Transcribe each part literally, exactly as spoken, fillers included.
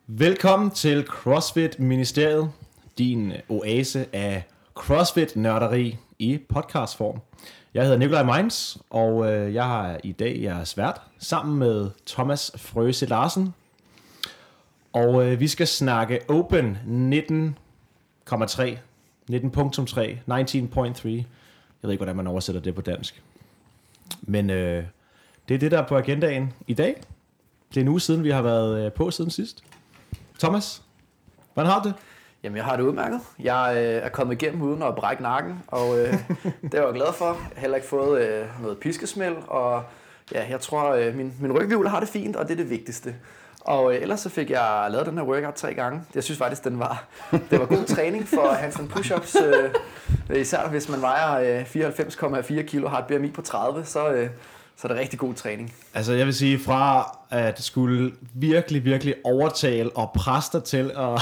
Velkommen til CrossFit Ministeriet, din oase af CrossFit-nørderi i podcastform. Jeg hedder Nikolaj Meins, og jeg har i dag jeres vært sammen med Thomas Frøse Larsen. Og vi skal snakke Open nitten komma tre, nitten komma tre, nitten komma tre. Jeg ved ikke, hvordan man oversætter det på dansk. Men øh, det er det, der er på agendaen i dag. Det er en uge siden, vi har været på siden sidst. Thomas, hvordan har du det? Jamen, jeg har det udmærket. Jeg øh, er kommet igennem uden at brække nakken, og øh, det er jeg glad for. Jeg har heller ikke fået øh, noget piskesmæld, og ja, jeg tror, øh, min, min ryghvirvel har det fint, og det er det vigtigste. Og øh, ellers så fik jeg lavet den her workout tre gange. Jeg synes faktisk, den var, det var god træning for handstand push-ups. Øh, især hvis man vejer øh, fireoghalvfems komma fire kilo og har et B M I på tredive, så... Øh, Så er det rigtig god træning. Altså jeg vil sige, fra at skulle virkelig, virkelig overtale og presse dig til at,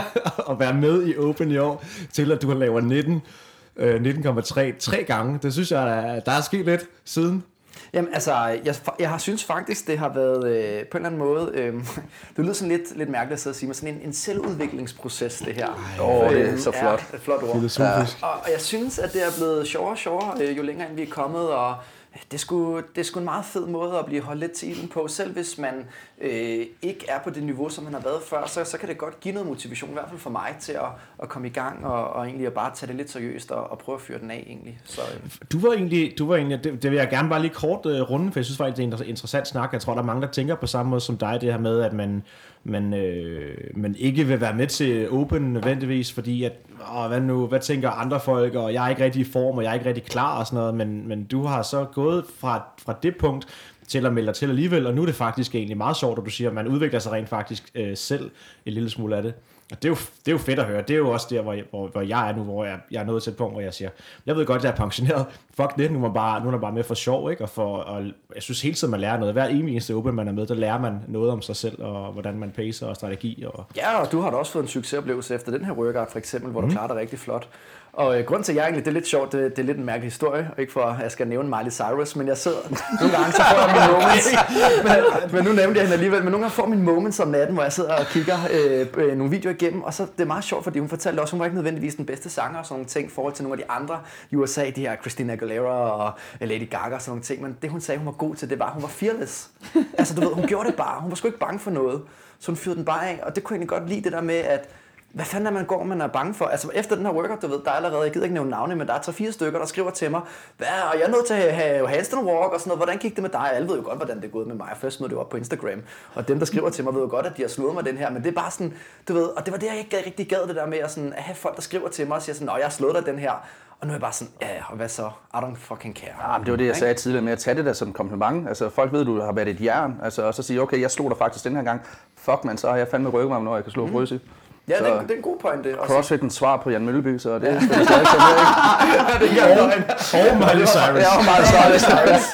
at være med i Open i år, til at du har lavet nitten, nitten komma tre tre gange. Det synes jeg, der er sket lidt siden. Jamen altså, jeg, jeg har synes faktisk, det har været øh, på en eller anden måde, øh, det lyder sådan lidt, lidt mærkeligt at sidde og sige, men sådan en, en selvudviklingsproces det her. Åh, oh, det er så flot. Ja, et flot ord. Ja. Og, og jeg synes, at det er blevet sjovere og sjovere, øh, jo længere end vi er kommet, og Det er, sgu, det er sgu en meget fed måde at blive holdt lidt til ilden på. Selv hvis man øh, ikke er på det niveau, som man har været før, så, så kan det godt give noget motivation, i hvert fald for mig, til at, at komme i gang og, og egentlig at bare tage det lidt seriøst og, og prøve at fyre den af egentlig. Så, øh. Du var egentlig, du var egentlig det, det vil jeg gerne bare lige kort uh, runde, for jeg synes faktisk, det er en interessant snak. Jeg tror, der er mange, der tænker på samme måde som dig, det her med, at man, man, øh, man ikke vil være med til Open nødvendigvis, fordi at, åh, hvad nu, hvad tænker andre folk, og jeg er ikke rigtig i form, og jeg er ikke rigtig klar og sådan noget, men, men du har så gået fra, fra det punkt til at melde dig til alligevel, og nu er det faktisk egentlig meget sjovt, at du siger, at man udvikler sig rent faktisk øh, selv en lille smule af det. Og det er, jo, det er jo fedt at høre. Det er jo også der, hvor jeg, hvor, hvor jeg er nu, hvor jeg, jeg er nået til et punkt, hvor jeg siger, jeg ved godt, at jeg er pensioneret. Fuck det, nu er man bare, nu er man bare med for sjov, ikke? Og, for, og jeg synes hele tiden, man lærer noget. Hver eneste Open, man er med, der lærer man noget om sig selv, og hvordan man pacer og strategi. Og... Ja, og du har da også fået en succesoplevelse efter den her workout, for eksempel, hvor mm. du klarer det rigtig flot. Og øh, grunden til, at jeg egentlig, det er lidt sjovt, det, det er lidt en mærkelig historie, og ikke for, at jeg skal nævne Miley Cyrus, men jeg sidder, nogle gange så får jeg mine moments, men, men nu nævnte jeg hende alligevel, men nogle gange får mine moments om natten, hvor jeg sidder og kigger øh, øh, nogle videoer igennem, og så det er meget sjovt, fordi hun fortalte også, hun var ikke nødvendigvis den bedste sanger og sådan nogle ting, i forhold til nogle af de andre i U S A, de her Christina Aguilera og Lady Gaga og sådan nogle ting, men det hun sagde, hun var god til, det var, hun var fearless. Altså du ved, hun gjorde det bare, hun var sgu ikke bange for noget, så hun fyrede den bare af, og det kunne jeg egentlig godt lide det der med, at hvad fanden er man går, man er bange for? Altså efter den her workout, du ved, der er allerede, jeg gider ikke nævne navne, men der er tre fire stykker, der skriver til mig, hvad, og jeg er nødt til at have handstand walk og sådan noget, hvordan gik det med dig? Alle ved jo godt, hvordan det er gået med mig. Først mødte det op på Instagram, og dem, der skriver til mig, ved jo godt, at de har slået mig den her, men det er bare sådan, du ved, og det var det, jeg ikke rigtig gad det der med at, sådan, at have folk, der skriver til mig og siger sådan, nå, jeg har slået dig den her. Og nu er jeg bare sådan, ja, og hvad så? I don't fucking care. Ja, det var det, jeg sagde tidligere med at tage det der som kompliment. Altså, folk ved, du har været et jern, altså, og så sige, okay, jeg slog dig faktisk den her gang. Fuck, man, så har jeg fandme rykket mig, når jeg kan slå mm. Frøse. Ja, det er, det er en god pointe. CrossFitens svar på Jan Mølleby, så det er ja. Stadig så med, ikke? Det er løgn. Og Miley Cyrus. Ja, og Miley Cyrus.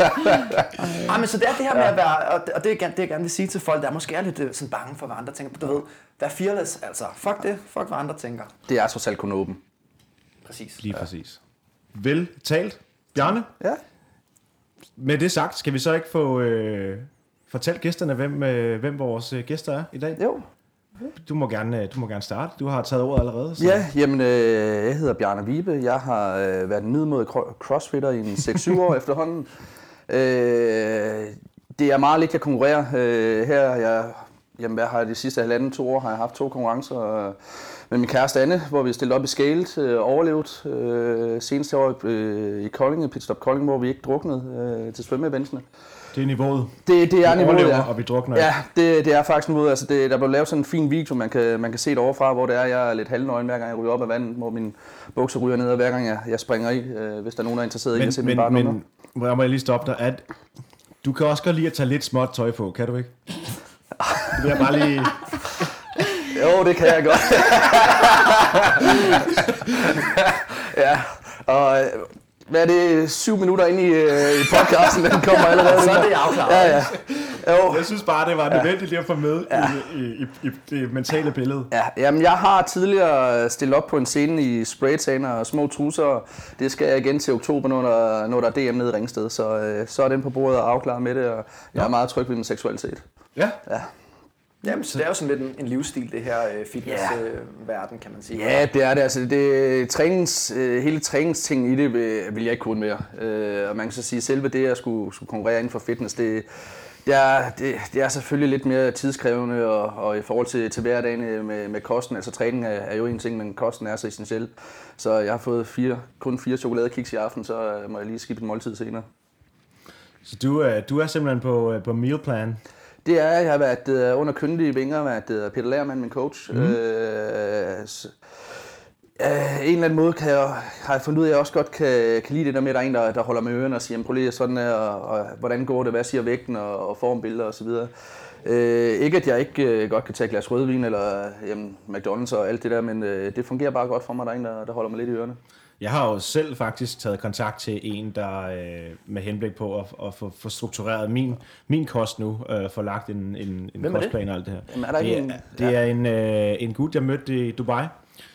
Ej, men så det er det her med at være, og det er det, jeg gerne vil sige til folk, der er måske er lidt sådan bange for, hvad andre tænker. Du ved, vær fearless, altså. Fuck det, fuck hvad andre tænker. Det er trods alt kun åben. Præcis. Lige præcis. Vel talt. Bjarne? Ja. Med det sagt, skal vi så ikke få øh, fortalt gæsterne, hvem, øh, hvem vores øh, gæster er i dag? Jo. Du må gerne, du må gerne starte. Du har taget ordet allerede. Så. Ja, jamen, øh, jeg hedder Bjarne Vibe. Jeg har øh, været en middelmådig crossfitter i en seks syv år efterhånden. Øh, det er meget lidt at konkurrere. Øh, her jeg, jamen, jeg har de sidste halvanden to år har jeg haft to konkurrencer øh, med min kæreste Anne, hvor vi stillede op i Scaled, øh, overlevet. Øh, senest år øh, i Kolding, Pitstop Kolding, hvor vi ikke druknede øh, til svømmeeventsene. Det er niveauet. Det, det er niveauet, ja. Og vi drukner. Ja, det, det er faktisk niveauet. Altså det, der blev lavet sådan en fin video, man kan, man kan se det overfra, hvor det er, jeg er lidt halvnøgen, hver gang jeg ryger op af vandet, hvor min bukser ryger ned, og hver gang jeg, jeg springer i, øh, hvis der er nogen, der er interesseret men, i at se men, min bare nummer. Men må jeg lige stoppe dig, at du kan også godt lide at tage lidt småt tøj på, kan du ikke? Det vil jeg bare lige... Jo, det kan jeg godt. Ja, og... Hvad er det? Syv minutter inde i, øh, i podcasten, den kommer allerede. Så er det afklaret. Ja, ja. Jo. Jeg synes bare, det var nødvendigt lige at få med ja. i, i, i, i det mentale billede. Ja, jamen, jeg har tidligere stillet op på en scene i spraytaner og små trusser. Det skal jeg igen til oktober, når der, når der er D M nede i Ringsted. Så, øh, så er den på bordet og afklaret med det, og jeg er meget tryg ved min seksualitet. Ja. Ja. Ja. Ja. Jeg synes bare, det var, det var nødvendigt lige at få med i, i, i det mentale billede. Ja. Jamen, jeg har tidligere stillet op på en scene i spraytaner og små trusser. Det skal jeg igen til oktober, når der, når der er D M nede i Ringsted. Så, øh, så er den på bordet og afklaret med det, og jeg er meget tryg ved min seksualitet. Ja. Jamen, så det er jo sådan lidt en, en livsstil, det her øh, fitnessverden, yeah. øh, kan man sige. Ja, det er det. Altså, det trænings, øh, hele træningstingen i det vil, vil jeg ikke kunne mere. Øh, og man kan så sige, at selve det at skulle, skulle konkurrere inden for fitness, det, det, er, det, det er selvfølgelig lidt mere tidskrævende, og, og i forhold til, til hverdagen med, med kosten, altså træning er, er jo en ting, men kosten er så essentiel. Så jeg har fået fire, kun fire chokoladekiks i aften, så må jeg lige skifte en måltid senere. Så du, du er simpelthen på, på mealplan? Det er, jeg har været uh, under kyndige vinger, været uh, Peter Lagermann, min coach. Mm. Uh, så, uh, en eller anden måde kan jeg, har jeg fundet ud af, at jeg også godt kan, kan lide det der med, at der er en, der, der holder med ørerne og siger, prøv lige sådan her, og, og hvordan går det, hvad siger vægten, og, og formbilleder osv. Uh, ikke at jeg ikke uh, godt kan tage et glas rødvin, eller jamen, McDonald's og alt det der, men uh, det fungerer bare godt for mig, der er en, der, der holder mig lidt i ørerne. Jeg har jo selv faktisk taget kontakt til en, der øh, med henblik på at, at få, få struktureret min, min kost nu, øh, få lagt en, en, en kostplan og alt det her. Jamen, er der det, en, er, det ja. er en, øh, en gut, jeg mødte i Dubai.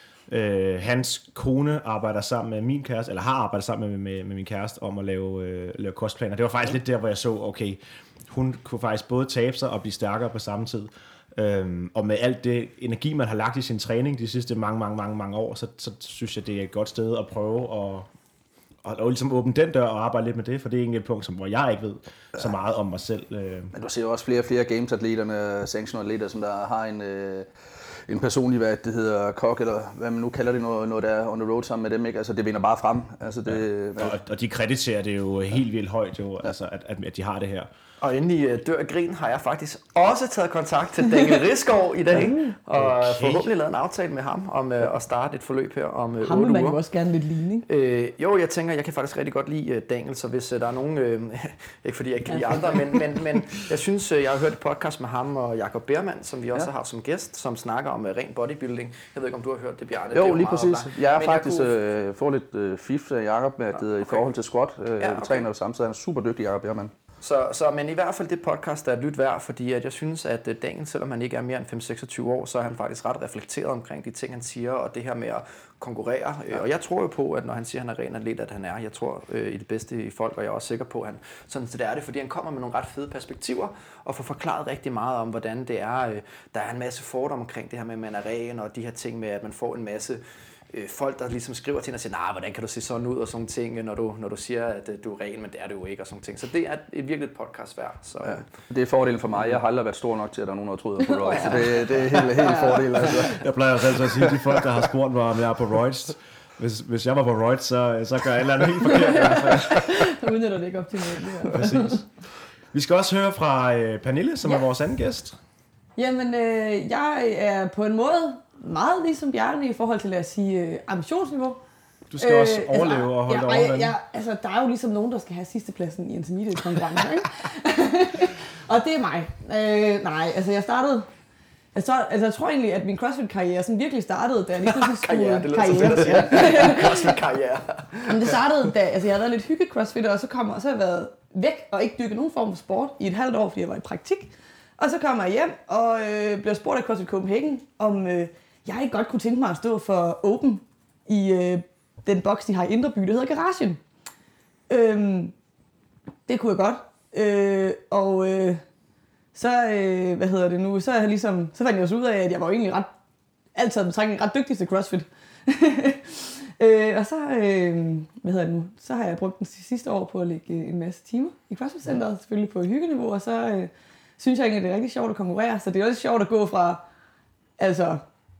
Øh, hans kone arbejder sammen med min kæreste, eller har arbejdet sammen med, med, med min kæreste om at lave, øh, lave kostplaner. Det var faktisk lidt der, hvor jeg så, okay, hun kunne faktisk både tabe sig og blive stærkere på samme tid. Øhm, og med alt det energi, man har lagt i sin træning de sidste mange, mange, mange, mange år, så, så synes jeg, det er et godt sted at prøve at og, og ligesom åbne den dør og arbejde lidt med det, for det er egentlig et punkt, som, hvor jeg ikke ved så meget om mig selv. Men du ser jo også flere og flere games-atleterne, sanctional-atleter, som der har en, øh, en personlig, hvad det hedder, kok, eller hvad man nu kalder det, når, når der er on the road sammen med dem, ikke? Altså det vinder bare frem. Altså, det, ja. og, og de krediterer det jo helt vildt højt, jo, ja. altså, at, at, at de har det her. Og endelig uh, dør af grin har jeg faktisk også taget kontakt til Daniel Risgaard i dag, mm. og okay. forhåbentlig lavet en aftale med ham om uh, at starte et forløb her om uh, ham vil man jo også gerne lidt ligne, ikke? Øh, jo, jeg tænker, jeg kan faktisk rigtig godt lide uh, Daniel, så hvis uh, der er nogen, uh, ikke fordi jeg ikke kan lide andre, men, men, men jeg synes, uh, jeg har hørt et podcast med ham og Jakob Bermann, som vi også ja. har haft som gæst, som snakker om uh, ren bodybuilding. Jeg ved ikke, om du har hørt det, Bjarne? Jo, det lige præcis. Meget, jeg er faktisk kunne... uh, får lidt uh, fif af Jakob med, at, uh, okay. i forhold til squat. Uh, ja, okay. Vi træner jo samtidig. Han er super dygtig, Jakob Bermann. Så, så, men i hvert fald det podcast, der er lyt værd, fordi at jeg synes, at Daniel, selvom han ikke er mere end fem seksogtyve år, så er han faktisk ret reflekteret omkring de ting, han siger, og det her med at konkurrere. Ja. Og jeg tror jo på, at når han siger, at han er ren atlet, at han er, jeg tror øh, i det bedste i folk, og jeg er også sikker på, at han sådan, så det er det, fordi han kommer med nogle ret fede perspektiver, og får forklaret rigtig meget om, hvordan det er. Øh, der er en masse fordomme omkring det her med, at man er ren, og de her ting med, at man får en masse folk, der ligesom skriver til en og siger, nej, hvordan kan du se sådan ud og sådan ting, når du, når du siger, at du er ren, men det er det jo ikke og sådan ting. Så det er et virkelig podcast værd. Så, ja. Det er fordelen for mig. Jeg har aldrig været stor nok til, at der er nogen, der troede på roids. Så det, det er helt, helt fordel. Altså. Jeg plejer jo selv at sige, at de folk, der har spurgt mig, om jeg er på roids, hvis, hvis jeg var på roids, så, så gør jeg et eller andet helt forkert. Så udnytter det ikke op til noget. Præcis. Vi skal også høre fra øh, Pernille, som ja. er vores anden gæst. Jamen, øh, jeg er på en måde meget ligesom Bjarne i forhold til, lad os sige, øh, ambitionsniveau. Du skal øh, også overleve altså, og holde ja, dig over ja, altså, der er jo ligesom nogen, der skal have sidstepladsen i intermediate-konkurrencer, ikke? Og det er mig. Øh, nej, altså jeg startede... Jeg, start, altså, jeg tror egentlig, at min CrossFit-karriere sådan virkelig startede, da jeg lige pludselig skulle... karriere, det lyder så fedt at sige. CrossFit-karriere. Men det startede, da altså, jeg havde været lidt hygge-crossfitter, og så, kom, og så har jeg været væk og ikke dykket nogen form for sport i et halvt år, fordi jeg var i praktik. Og så kommer jeg hjem og øh, bliver spurgt af CrossFit Copenhagen, om øh, jeg ikke godt kunne tænke mig at stå for Open i øh, den boks, de har i Indre By, der hedder Garagen. Øhm, det kunne jeg godt. Øh, og øh, så, øh, hvad hedder det nu, så, er jeg ligesom, så fandt jeg også ud af, at jeg var jo egentlig ret, altid betragtning ret dygtig til CrossFit. øh, og så, øh, hvad hedder det nu, så har jeg brugt den sidste år på at lægge en masse timer i CrossFit-centeret, selvfølgelig på hyggeniveau, og så... Øh, synes jeg egentlig, det er rigtig sjovt at konkurrere, så det er også sjovt at gå fra, altså,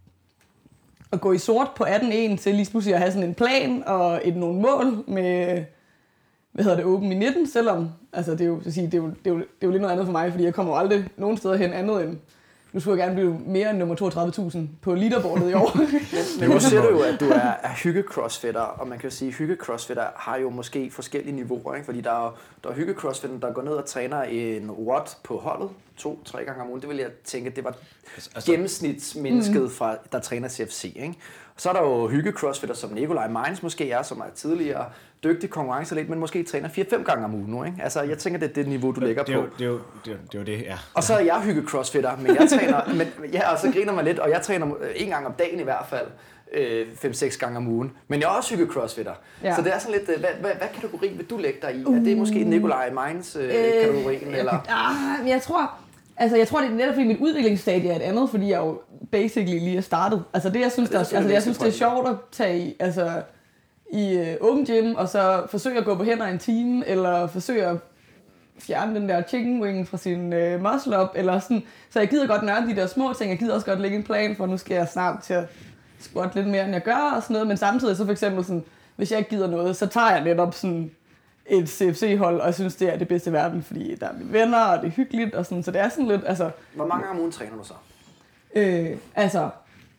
at gå i sort på atten en til lige pludselig at have sådan en plan og et, nogle mål med, hvad hedder det, Open i nitten, selvom, altså, det er jo, så at sige, det er jo, det er jo, det er jo lidt noget andet for mig, fordi jeg kommer jo aldrig nogen steder hen andet end, nu skulle jeg gerne blive mere end nummer toogtredive tusind på leaderboardet i år. Men nu siger du jo, at du er, er hygge-crossfitter, og man kan jo sige, at hygge-crossfitter har jo måske forskellige niveauer, ikke? Fordi der er, der er hygge-crossfitter, der går ned og træner en watt på holdet, to, tre gange om ugen. Det vil jeg tænke, det var altså, gennemsnitsmennesket, mm. fra, der træner C F C, ikke? Så er der jo hygge-crossfitter, som Nikolaj Meins måske er, som er tidligere dygtig konkurrenceatlet, men måske træner fire fem gange om ugen nu, ikke? Altså, jeg tænker, det er det niveau, du lægger det er på. Jo, det er jo det, er, det, er jo det, ja. Og så er jeg hygge-crossfitter, men jeg træner, men, ja, og så griner man lidt, og jeg træner en gang om dagen i hvert fald, øh, fem seks gange om ugen. Men jeg er også hygge-crossfitter. Ja. Så det er sådan lidt, hvad, hvad, hvad kategori vil du lægge dig i? Uh. Er det måske Nikolaj Meins øh, øh, kategorien? Eller? Ah, jeg tror, Altså, jeg tror, det er netop fordi mit udviklingsstadie er et andet, fordi jeg jo basically lige er startet. Altså, det jeg synes, det er, altså, jeg synes det er sjovt at tage i, altså, i uh, open gym, og så forsøge at gå på hænder en time, eller forsøge at fjerne den der chicken wing fra sin uh, muscle up, eller sådan. Så jeg gider godt nørde de der små ting, jeg gider også godt lægge en plan for, nu skal jeg snart til at squat lidt mere, end jeg gør, og sådan noget. Men samtidig så for eksempel sådan, hvis jeg ikke gider noget, så tager jeg netop sådan et C F C-hold, og jeg synes, det er det bedste i verden, fordi der er mine venner, og det er hyggeligt, og sådan, så det er sådan lidt, altså... Hvor mange gange om ugen træner du så? Øh, altså...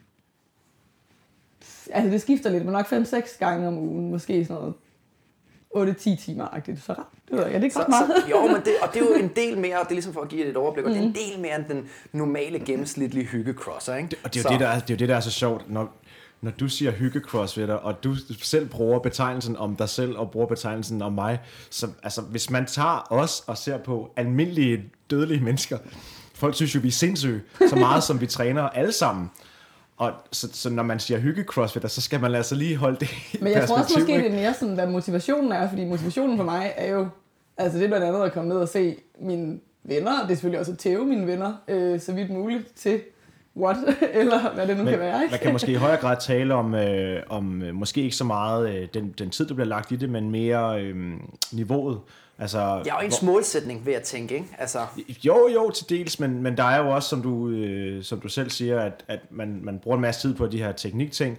Altså, det skifter lidt, men nok fem seks gange om ugen, måske sådan noget otte til ti timer-agtigt, så ret. Det ved jeg, det er ikke så, meget. Så, jo, men det, og det er jo en del mere, det er ligesom for at give et overblik, og mm. det er en del mere end den normale gennemsnitlige hygge-crosser, ikke? Det, og det er, jo det, der, er, det er jo det, der er så sjovt, når, når du siger hygge-crossfitter, og du selv bruger betegnelsen om dig selv, og bruger betegnelsen om mig, så altså, hvis man tager os og ser på almindelige dødelige mennesker, folk synes jo, vi er sindssyge, så meget som vi træner alle sammen. Og så, så når man siger hygge-crossfitter, så skal man altså lige holde det i Men jeg tror også måske, det er mere sådan, hvad motivationen er, fordi motivationen for mig er jo, altså det er blandt andet at komme ned og se mine venner, og det er selvfølgelig også at tæve mine venner, øh, så vidt muligt til what, eller hvad det nu Men, kan være. Ikke? Man kan måske i højere grad tale om, øh, om øh, måske ikke så meget øh, den, den tid, der bliver lagt i det, men mere øh, niveauet. Altså, det er jo ens hvor... målsætning ved at tænke, ikke? Altså... Jo, jo, til dels, men, men der er jo også, som du, øh, som du selv siger, at, at man, man bruger en masse tid på de her teknikting.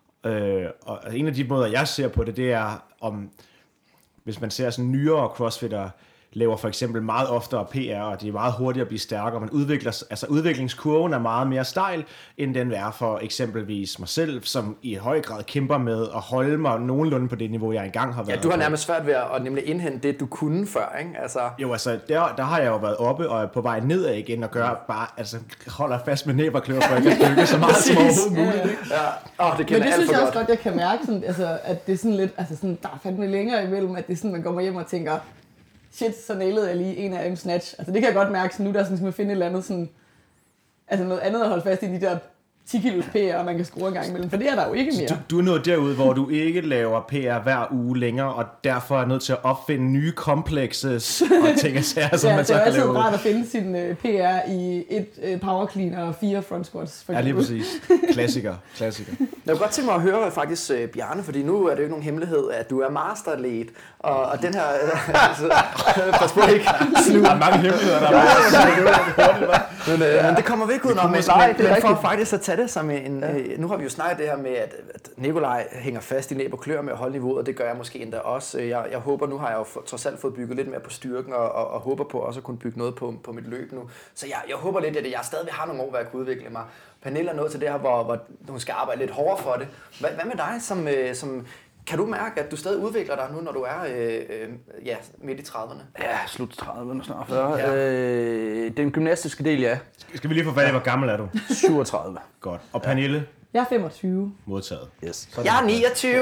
Øh, og en af de måder, jeg ser på det, det er, om hvis man ser sådan nyere crossfitter, laver for eksempel meget oftere P R, og de er meget hurtigere at blive stærkere. Man udvikler, altså udviklingskurven er meget mere stejl, end den er for eksempelvis mig selv, som i høj grad kæmper med at holde mig nogenlunde på det niveau, jeg engang har været. Ja, du har nærmest svært ved at nemlig indhente det, du kunne før, ikke? Altså... Jo, altså, der, der har jeg jo været oppe og er på vej nedad igen og gør bare, altså holder fast med næb og klør, for at jeg kan dykke så meget som overhovedet muligt. Ikke? Ja. Oh, det Men det synes jeg også godt, jeg kan mærke, sådan, altså, at det er sådan lidt, altså sådan, der er fandme længere imellem, at det er sådan, man kommer hjem og tænker, shit, så nailede jeg lige en af dem snatch. Altså det kan jeg godt mærke, så nu der sådan, skal man finde et eller andet sådan, altså noget andet at holde fast i de der ti kilos P R, man kan skrue en gang imellem, for det er der jo ikke mere. Du, du er nået derud, hvor du ikke laver P R hver uge længere, og derfor er nødt til at opfinde nye komplekses og ting og sager, som ja, man så kan lave. det er altid rart at finde sin uh, P R i et uh, power clean og fire front squats. For ja, lige præcis. Klassiker, klassiker. Jeg kunne godt tænke mig at høre faktisk uh, Bjarne, fordi nu er det jo ikke nogen hemmelighed, at du er masteratlet, og, og den her... altså, pas på ikke snu. Der er mange hemmeligheder, der er men, uh, men det kommer vi ikke ud om, men, men, men for faktisk at tage det som en... Ja. Øh, nu har vi jo snakket det her med, at, at Nikolaj hænger fast i næb og klør med at holde niveauet, og det gør jeg måske endda også. Jeg, jeg håber, nu har jeg jo for, trods alt fået bygget lidt mere på styrken, og, og, og håber på også at kunne bygge noget på, på mit løb nu. Så jeg, jeg håber lidt, at jeg stadig har nogle år, hvor jeg kan udvikle mig. Pernille er nået til det her, hvor, hvor hun skal arbejde lidt hårdere for det. Hvad, hvad med dig, som... Øh, som kan du mærke, at du stadig udvikler dig nu, når du er øh, øh, ja, midt i trediverne? Ja, slut trediverne snart fyrre. Ja. Øh, den gymnastiske del, ja. Skal vi lige få fat i, hvor gammel er du? syvogtredive. Godt. Og Pernille? Jeg er femogtyve. Modtaget. Yes. Jeg er niogtyve.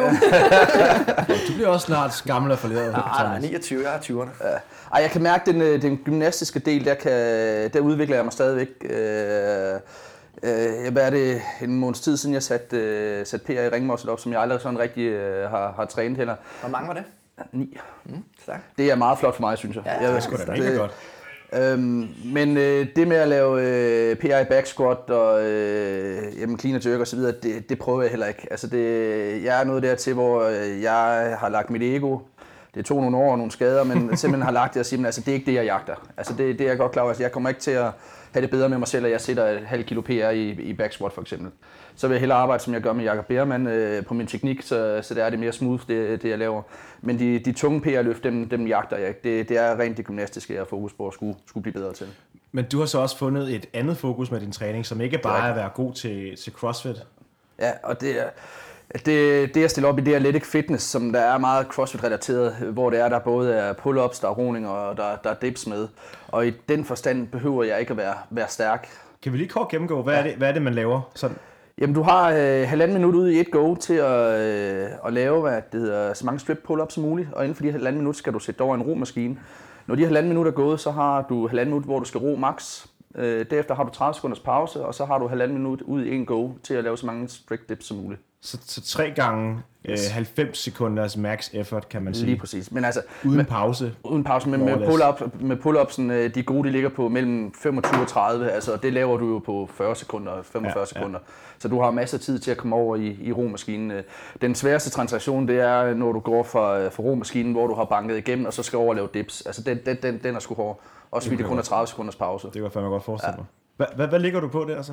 Du bliver også snart gammel og forleret. Nej, nej, niogtyve. Jeg er tyverne. Ja. Ej, jeg kan mærke, den, den gymnastiske del, der, kan, der udvikler jeg mig stadigvæk. Øh, Øh, hvad er det en måneds tid siden, jeg satte øh, sat P R i ringmuscle op, som jeg aldrig sådan rigtig øh, har, har trænet heller. Hvor mange var det? Ni. Mm, det er meget flot for mig, synes jeg. Ja, jeg det er sgu da mega godt. Øhm, men øh, det med at lave øh, P R i back squat og øh, jamen, clean and jerk og så videre, det, det prøver jeg heller ikke. Altså det, jeg er nået dertil, hvor jeg har lagt mit ego. Det tog nogle år og nogle skader, men simpelthen har lagt det og siger, altså det er ikke det, jeg jagter. Altså det, det er jeg godt klar over. Altså, jeg kommer ikke til at have det bedre med mig selv, at jeg sætter et halvt kilo P R i, i back squat for eksempel. Så vil jeg hellere arbejde, som jeg gør med Jakob Beermann øh, på min teknik, så, så der er det mere smooth, det, det jeg laver. Men de, de tunge P R-løft, dem, dem jagter jeg ikke. Det, det er rent det gymnastiske, jeg har fokus på at skulle, skulle blive bedre til. Men du har så også fundet et andet fokus med din træning, som ikke bare er at være god til, til CrossFit. Ja, og det er... Det, det at stille op i det athletic fitness, som der er meget CrossFit-relateret, hvor det er, der både er pull-ups, der er roning og der, der er dips med. Og i den forstand behøver jeg ikke at være, være stærk. Kan vi lige kort gennemgå, hvad, ja. er, det, hvad er det, man laver? Sådan. Jamen, du har øh, halvanden minut ude i et go til at, øh, at lave hvad det hedder, så mange strip pull-ups som muligt. Og inden for de halvanden minut skal du sætte over en romaskine. Når de halvanden minut er gået, så har du halvanden minut, hvor du skal ro max Øh, derefter har du tredive sekunders pause, og så har du halvanden minut ud i en go til at lave så mange strict dips som muligt. Så, så tre gange yes. øh, halvfems sekunders max effort, kan man sige. Lige præcis. Men altså, uden med, pause. Uden pause, men med, pull-up, med pull-upsen, de gode, de ligger på mellem femogtyve og tredive. Altså, det laver du jo på fyrre sekunder, femogfyrre ja, sekunder. Ja. Så du har masser af tid til at komme over i, i romaskinen. Den sværeste transaktion, det er, når du går fra, fra romaskinen, hvor du har banket igennem, og så skal over og lave dips. Altså, den, den, den, den er sgu hård. Også fordi det kun er tredive sekunders pause. Det kan jeg fandme godt forestille ja. mig. Hvad, hvad, hvad ligger du på der så?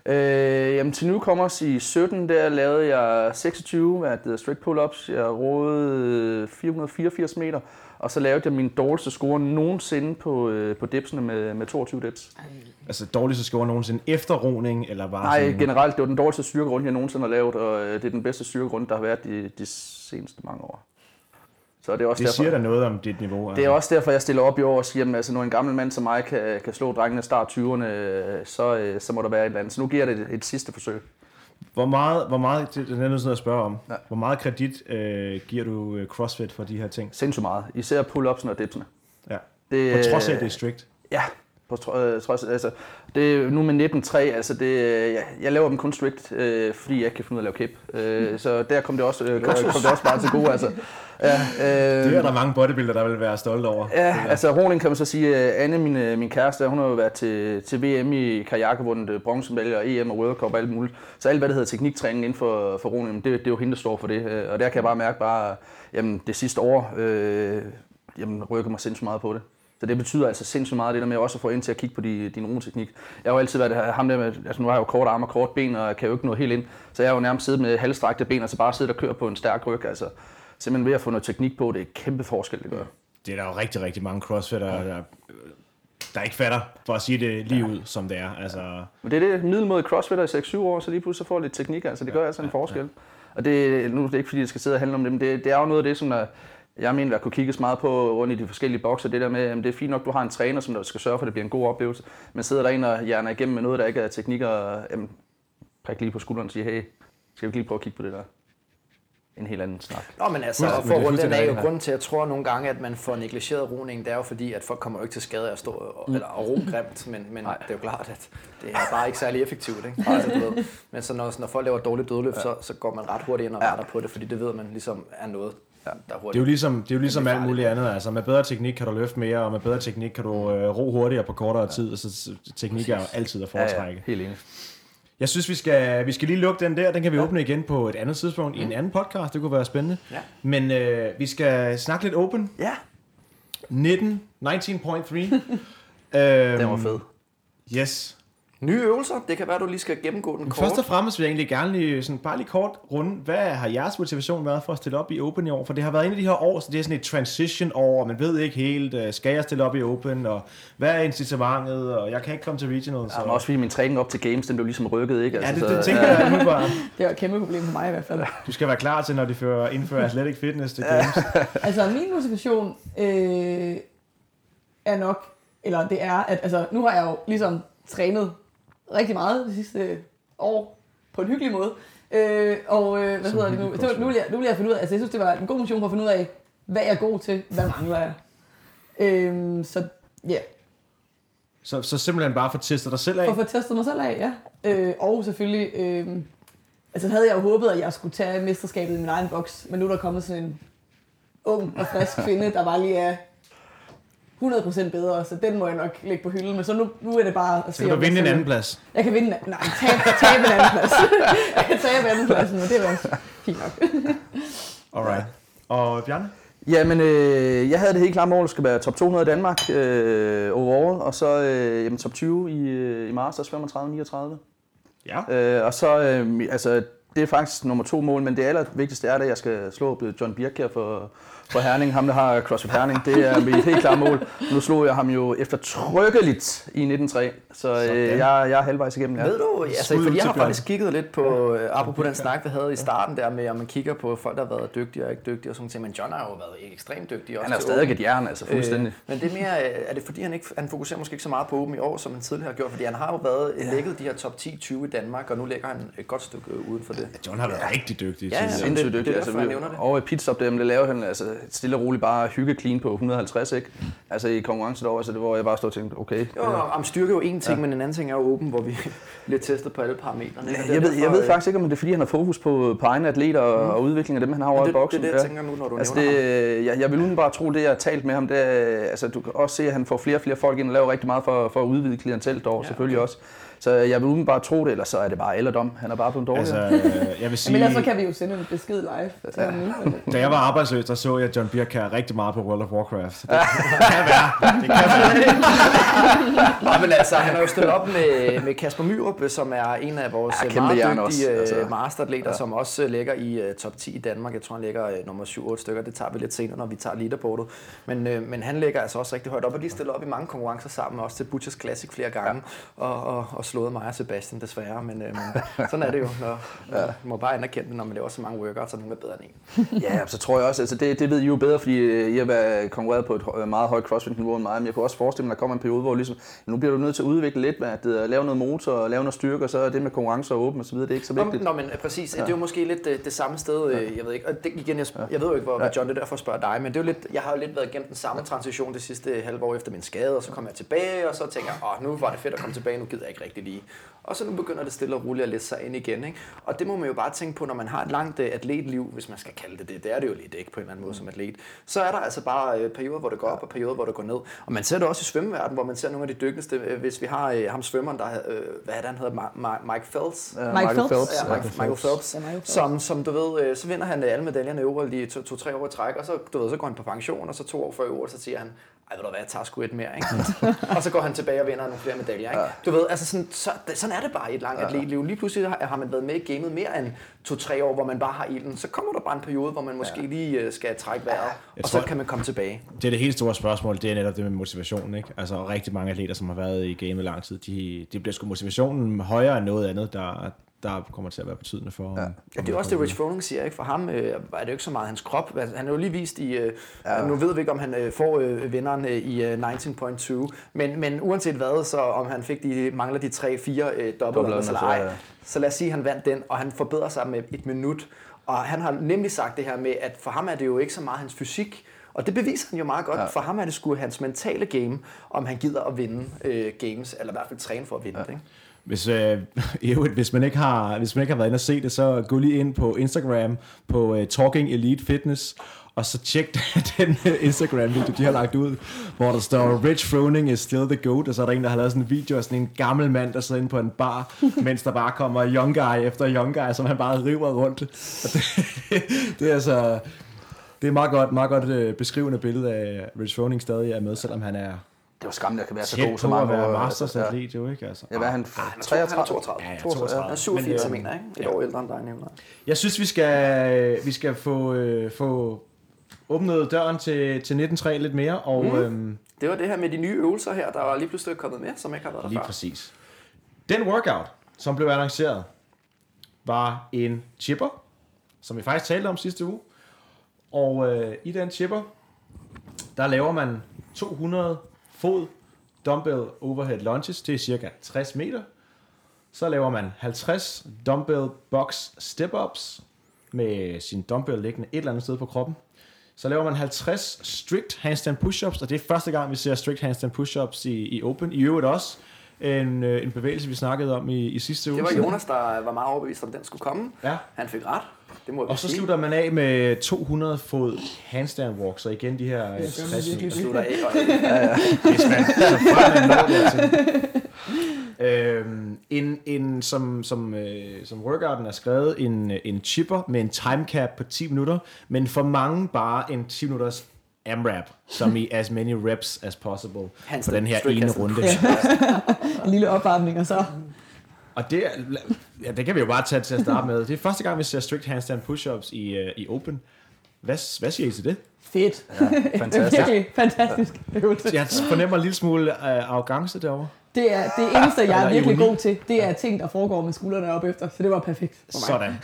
Øh, jamen til newcomers i sytten, der lavede jeg seksogtyve, hvad det strict pull-ups. Jeg rodede fire hundrede og fireogfirs meter, og så lavede jeg min dårligste score nogensinde på, øh, på dipsene med, med toogtyve dips. Ej. Altså dårligste score nogensinde efter roning, eller bare Nej, sådan... generelt, det var den dårligste styrkerunde, jeg nogensinde har lavet, og øh, det er den bedste styrkerunde, der har været de, de seneste mange år. Så det er også det derfor, siger da noget om dit niveau. Altså. Det er også derfor, jeg stiller op i år og siger, at altså, når en gammel mand som mig kan, kan slå drengene start tyverne, så, så må der være et eller andet. Så nu giver det et, et sidste forsøg. Hvor meget, hvor meget, det er noget sådan at spørge om, ja. Hvor meget kredit øh, giver du CrossFit for de her ting? Sindssygt meget. Især pull-ups'ene og dipsene. Ja. Det, på trods af, det er strict? Ja, på trods altså, det er nu med nitten tre, altså det, jeg, jeg laver dem kun strict, øh, fordi jeg ikke kan finde ud af at lave kip. Øh, så der kom det også, øh, kom, kom det også bare til gode. Altså. Ja, øh, det er der mange bodybuildere, der vil være stolte over. Ja, altså roning kan man så sige, Anne, min, min kæreste, hun har jo været til, til V M i kajak og vundet bronzemedaljer og E M og World Cup og alt muligt. Så alt hvad det hedder tekniktræning inden for, for roning, det, det er jo hende, der står for det. Og der kan jeg bare mærke bare, jamen det sidste år, øh, jamen rykker mig sindssygt meget på det. Så det betyder altså sindssygt meget det der med også at få ind til at kigge på din, din roneteknik. Jeg har jo altid været ham der med, altså nu har jeg jo kort arme og kort ben, og jeg kan jo ikke nå helt ind. Så jeg har jo nærmest siddet med halvstrakte ben, og så bare siddet og kørt på en stærk ryg. Altså simpelthen ved at få noget teknik på, det er et kæmpe forskel, det gør. Det er der jo rigtig, rigtig mange crossfitter, ja. der, der ikke fatter, for at sige det lige ud, som det er. Altså... Men det er det middelmåde crossfitter i seks syv år, så lige pludselig får lidt teknik, altså det gør ja, altså en ja, forskel. Ja. Og det, nu er det ikke fordi, det skal sidde og handle om det, men det, det er jo noget af det, som der, jeg mener, der kunne kigges meget på rundt i de forskellige bokser. Det der med, at det er fint nok, du har en træner, som der skal sørge for, at det bliver en god oplevelse. Men sidder der en og hjerner igennem med noget, der ikke er teknik, og jamen, prik lige på skulderen og siger, hey, skal vi lige prøve at kigge på det der? En helt anden snak. Nå, men altså, ja, for rundt den er jo grunden til, at jeg tror nogle gange, at man får negligeret roning, det er jo fordi, at folk kommer jo ikke til skade af at stå og, eller at ro grimt, men, men det er jo klart, at det er bare ikke særlig effektivt. Ikke? Altså, du ved. Men så når, når folk laver dårligt dødløft, ja. så, så går man ret hurtigt ind og retter ja. på det, fordi det ved man ligesom er noget, ja. der er hurtigt. Det er jo ligesom, det er jo ligesom alt muligt andet. Altså, med bedre teknik kan du løfte mere, og med bedre teknik kan du øh, ro hurtigere på kortere ja. tid. Altså, teknik er jo altid at foretrække. Ja, ja. Helt enig. Jeg synes, vi skal, vi skal lige lukke den der. Den kan vi ja. åbne igen på et andet tidspunkt mm. i en anden podcast. Det kunne være spændende. Ja. Men øh, vi skal snakke lidt open. Ja. nitten, nitten komma tre. øhm, den var fed. Yes. Nye øvelser. Det kan være, du lige skal gennemgå den kort. Først og fremmest vil jeg egentlig gerne lige, sådan bare lige kort runde. Hvad har jeres motivation været for at stille op i Open i år? For det har været en af de her år, så det er sådan et transition år, og man ved ikke helt, skal jeg stille op i Open, og hvad er incitamentet, og jeg kan ikke komme til regional. Så. Ja, men også fordi min træning op til games, den blev ligesom rykket, ikke? Altså, ja, det, det tænker jeg nu bare. Det var et kæmpe problem for mig i hvert fald. Du skal være klar til, når de fører, indfører athletic fitness til games. Altså min motivation øh, er nok, eller det er, at altså, nu har jeg jo ligesom trænet rigtig meget de sidste år, på en hyggelig måde. Øh, og øh, hvad hedder det nu? Så, nu, vil jeg, nu vil jeg finde ud af, altså jeg synes, det var en god motion for at finde ud af, hvad jeg er god til, hvad mangler jeg. Øh, så ja. Yeah. Så, så simpelthen bare for at teste dig selv af? For at få testet mig selv af, ja. Øh, og selvfølgelig, øh, altså havde jeg jo håbet, at jeg skulle tage mesterskabet i min egen boks, men nu er der kommet sådan en ung og frisk kvinde, der bare lige er hundrede procent bedre, så den må jeg nok lægge på hylden. Men så nu, nu er det bare at se... Så kan du vinde en anden plads? Jeg kan vinde... Nej, tabe, tabe en anden plads. Jeg kan tabe anden pladsen, men det er også fint nok. Alright. Og Bjarne? Jamen, øh, jeg havde det helt klart mål, at skal være top to hundrede i Danmark øh, overall, og så øh, jamen, top tyve i, øh, i Masters femogtredive niogtredive. Ja. Øh, og så, øh, altså, det er faktisk nummer to mål, men det allervigtigste er, at jeg skal slå John Birk her for, for Herning, ham der har CrossFit Herning. Det er mit helt klare mål. Nu slog jeg ham jo eftertrykkeligt i nitten tre, så øh, jeg, jeg er halvvejs igennem. Ja. Ved du, altså, fordi jeg har faktisk kigget lidt på, ja. apropos den snak, vi havde i starten der med, at man kigger på folk, der har været dygtige og ikke dygtige og sådan ting, men John har jo været ekstremt dygtig. Også han er stadig et jern, altså fuldstændig. Øh, men det er mere, er det fordi han ikke, han fokuserer måske ikke så meget på Open i år, som han tidligere har gjort, fordi han har jo været ja. lægget de her top ti tyve i Danmark, og nu ligger han et godt stykke uden for det. John har været ja. rigtig dygtig. Ja, ja, det, det, det, det, det er derfor, altså, over i pitstop, det lavede han, altså stille og roligt bare hygge clean på et hundrede og halvtreds, ikke? Altså i konkurrencen derovre, så det hvor jeg bare stod og tænkte, okay. Jo, om styrke er jo en ting, ja. Men en anden ting er jo åben, hvor vi bliver testet på alle parametrene. Ja, jeg, ved, jeg ved faktisk ikke, om det er fordi, han har fokus på, på egne atleter og, mm. og udvikling af dem, han har over i boksen. Det er det, jeg tænker nu, når du altså, nævner det, ham. Jeg, jeg vil uden bare tro, det jeg har talt med ham, det er, altså du kan også se, at han får flere og flere folk ind og laver rigtig meget for, for at udvide klientellet derovre, ja, selvfølgelig okay. også. Så jeg vil uden bare tro det, eller så er det bare alderdom. Han er bare blevet dårlig. Altså, jeg vil sige... Men ellers så kan vi jo sende en besked live til ham nu. Da jeg var arbejdsløs, der så jeg John Birka rigtig meget på World of Warcraft. Det, det kan være. Det kan være. Nej, men altså, han har jo stillet op med, med Kasper Myrup, som er en af vores ja, meget dygtige også, altså. masteratleter, ja. Som også ligger i uh, top ti i Danmark. Jeg tror, han ligger uh, nummer syv otte stykker. Det tager vi lidt senere, når vi tager leaderboardet. Men, uh, men han ligger altså også rigtig højt op, og de stiller op i mange konkurrencer sammen, også til Butchers Classic flere gange, ja. og, og, og slået mig og Sebastian desværre, men, uh, men sådan er det jo. Når, ja. Man må bare anerkende det, når man laver så mange workouts, så er nogen er bedre end en. Ja, så tror jeg også, altså det, det ved I jo bedre, fordi I har været konkurreret på et meget højt CrossFit-niveau end mig, men jeg kunne også forestille mig, at der kommer en periode, hvor ligesom, nu bliver du nødt til at udvikle lidt med at uh, lave noget motor og lave noget styrke, og så er det med konkurrencer og åben og så videre, det er ikke så vigtigt. Nå, men præcis, ja. Det er jo måske lidt det, det samme sted, ja. Jeg ved ikke, og det, igen, jeg, jeg ved jo ikke, hvor ja. John det derfor spørger dig, men det er jo lidt, jeg har jo lidt været igennem den samme transition det sidste halve år efter min skade, og så kom jeg tilbage, og så tænker jeg, åh, nu var det fedt at komme tilbage, nu gider jeg ikke rigtig lige. Og så nu begynder det stille og roligt at læse sig ind igen, ikke? Og det må man jo bare tænke på, når man har et langt atletliv, hvis man skal kalde det det, det er det jo lidt ikke på en eller anden måde som atlet, så er der altså bare perioder, hvor det går op, og perioder, hvor det går ned. Og man ser det også i svømmeverdenen, hvor man ser nogle af de dygtigste, hvis vi har øh, ham svømmeren, der øh, hvad er det, han hedder, Ma- Ma- Mike Phelps? Uh, Mike Phelps? Phelps. Ja, Mike, Michael Phelps. Ja, som, som du ved, øh, så vinder han alle medaljerne i O L i to-tre to, år i træk, og så, du ved, så går han på pension, og så to år før i O L, så siger han, ej, ved du hvad, jeg tager sgu et mere, ikke? Og så går han tilbage og vinder nogle flere medaljer, ikke? Ja. Du ved, altså sådan, så, sådan er det bare i et langt ja. atletliv. Lige pludselig har, har man været med i gamet mere end to-tre år, hvor man bare har ilden. Så kommer der bare en periode, hvor man måske ja. lige skal trække vejret, ja. og så kan man komme tilbage. Det er det helt store spørgsmål, det er netop det med motivation, ikke? Altså rigtig mange atleter, som har været i gamet lang tid, de, de bliver sgu motivationen højere end noget andet, der der kommer til at være betydende for... Ja. Ja, det er også det, Rich Froning siger, ikke? For ham øh, er det jo ikke så meget hans krop. Han er jo lige vist i... Øh, ja. Nu ved vi ikke, om han øh, får øh, vinderen øh, i øh, nitten komma to, men, men uanset hvad, så om han fik de, mangler de tre fire øh, dobbelt, så, ja. så lad os sige, at han vandt den, og han forbedrer sig med et minut. Og han har nemlig sagt det her med, at for ham er det jo ikke så meget hans fysik, og det beviser han jo meget godt. Ja. For ham er det sgu hans mentale game, om han gider at vinde øh, games, eller i hvert fald træne for at vinde ja. det, ikke? Hvis, øh, hvis, man ikke har, hvis man ikke har været inde og se det, så gå lige ind på Instagram på uh, Talking Elite Fitness, og så tjek den Instagram-video, de har lagt ud, hvor der står, Rich Froning is still the GOAT, og så er der en, der har lavet sådan en video af sådan en gammel mand, der sidder inde på en bar, mens der bare kommer young guy efter young guy, som han bare river rundt. Og det, det er altså... Det er meget godt, meget godt øh, beskrivende billede af Rich Froning stadig er med, selvom han er... Det var skræmmende, at kan være så god så mange år. Tæt på at være mastersatlet, jo ikke? Altså. Ja, hvad er han? treogtredive? toogtredive. Ja, toogtredive. Han er syvogfirs, mener jeg, ikke? Et år ældre end dig, nævner. Jeg synes, vi skal, vi skal få, øh, få åbnet døren til, til nitten tre lidt mere. Og, mm. øhm, det var det her med de nye øvelser her, der var lige pludselig kommet med, som ikke har været der lige før. Præcis. Den workout, som blev annonceret, var en chipper, som vi faktisk talte om sidste uge. Og øh, i den chipper, der laver man to hundrede fod dumbbell overhead lunges til cirka tres meter. Så laver man halvtreds dumbbell box step-ups med sin dumbbell liggende et eller andet sted på kroppen. Så laver man halvtreds strict handstand push-ups, og det er første gang, vi ser strict handstand push-ups i, i Open. I øvrigt også en, en bevægelse, vi snakkede om i, i sidste uge. Det var Jonas, der var meget overbevist om, den skulle komme. Ja. Han fik ret. Det må og så sige. Slutter man af med to hundrede fod handstand walk, så igen de her tres meter. Slutter af og af. Ja, ja. Hvis man så frem en noget øhm, en, en, som, som, øh, som workouten er skrevet, en, en chipper med en time cap på ti minutter, men for mange bare en ti minutters AMRAP, som i as many reps as possible for den her ene runde. En lille opvarmning og så... Og det, ja, det kan vi jo bare tage til at starte med. Det er første gang, vi ser strict handstand push-ups i, uh, i Open. Hvad, hvad siger I til det? Fedt. Ja, fantastisk. Virkelig fantastisk. Jeg fornemmer en lille smule uh, arrogance derovre. Det er det eneste, jeg er virkelig god til. Det er ting, der foregår med skuldrene op efter. Så det var perfekt for mig. Sådan.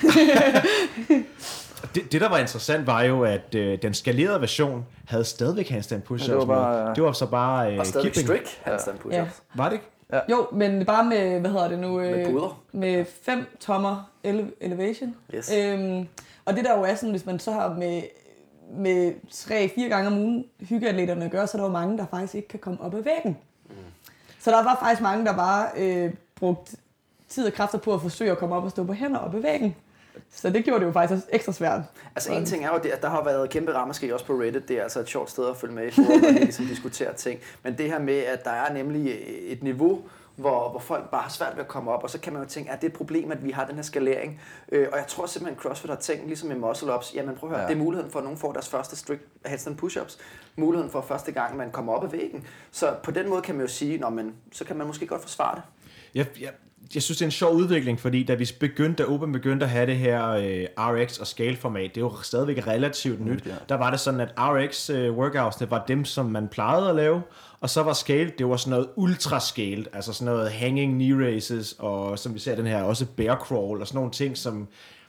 Det, det, der var interessant, var jo, at øh, den skalerede version havde stadigvæk handstand push-ups. Ja, det, var bare, det var så bare øh, og stadigvæk strict handstand push-ups. Ja. Var det ikke? Ja. Jo, men bare med, hvad hedder det nu? Med puder. Med fem tommer ele- elevation. Yes. Øhm, og det der jo er sådan, hvis man så har med med tre-fire gange om ugen hyggeatleterne gør, så der var mange, der faktisk ikke kan komme op ad væggen. Mm. Så der var faktisk mange, der bare øh, brugte tid og kræfter på at forsøge at komme op og stå på hænder op ad væggen. Så det gjorde det jo faktisk ekstra svært. Altså en ting er jo, det, at der har været kæmpe ramaskrig også på Reddit. Det er altså et sjovt sted at følge med i forhold til, ligesom diskutere ting. Men det her med, at der er nemlig et niveau, hvor, hvor folk bare har svært ved at komme op, og så kan man jo tænke, at det er et problem, at vi har den her skalering. Øh, og jeg tror simpelthen, CrossFit har tænkt, ligesom med muscle-ups, jamen prøv at høre, ja. Det er muligheden for, at nogen får deres første strict handstand push-ups. Muligheden for første gang, man kommer op ad væggen. Så på den måde kan man jo sige, nå, men, så kan man måske godt forsvare det. Jeg, jeg, jeg synes, det er en sjov udvikling, fordi da vi begyndte, da Open begyndte at have det her øh, R X og scale-format, det er jo stadigvæk relativt nyt. Mm, ja. Der var det sådan, at R X øh, workoutsene var dem, som man plejede at lave, og så var scale, det var sådan noget ultra-scaled, altså sådan noget hanging knee raises, og som vi ser den her, også bear crawl, og sådan nogle ting, som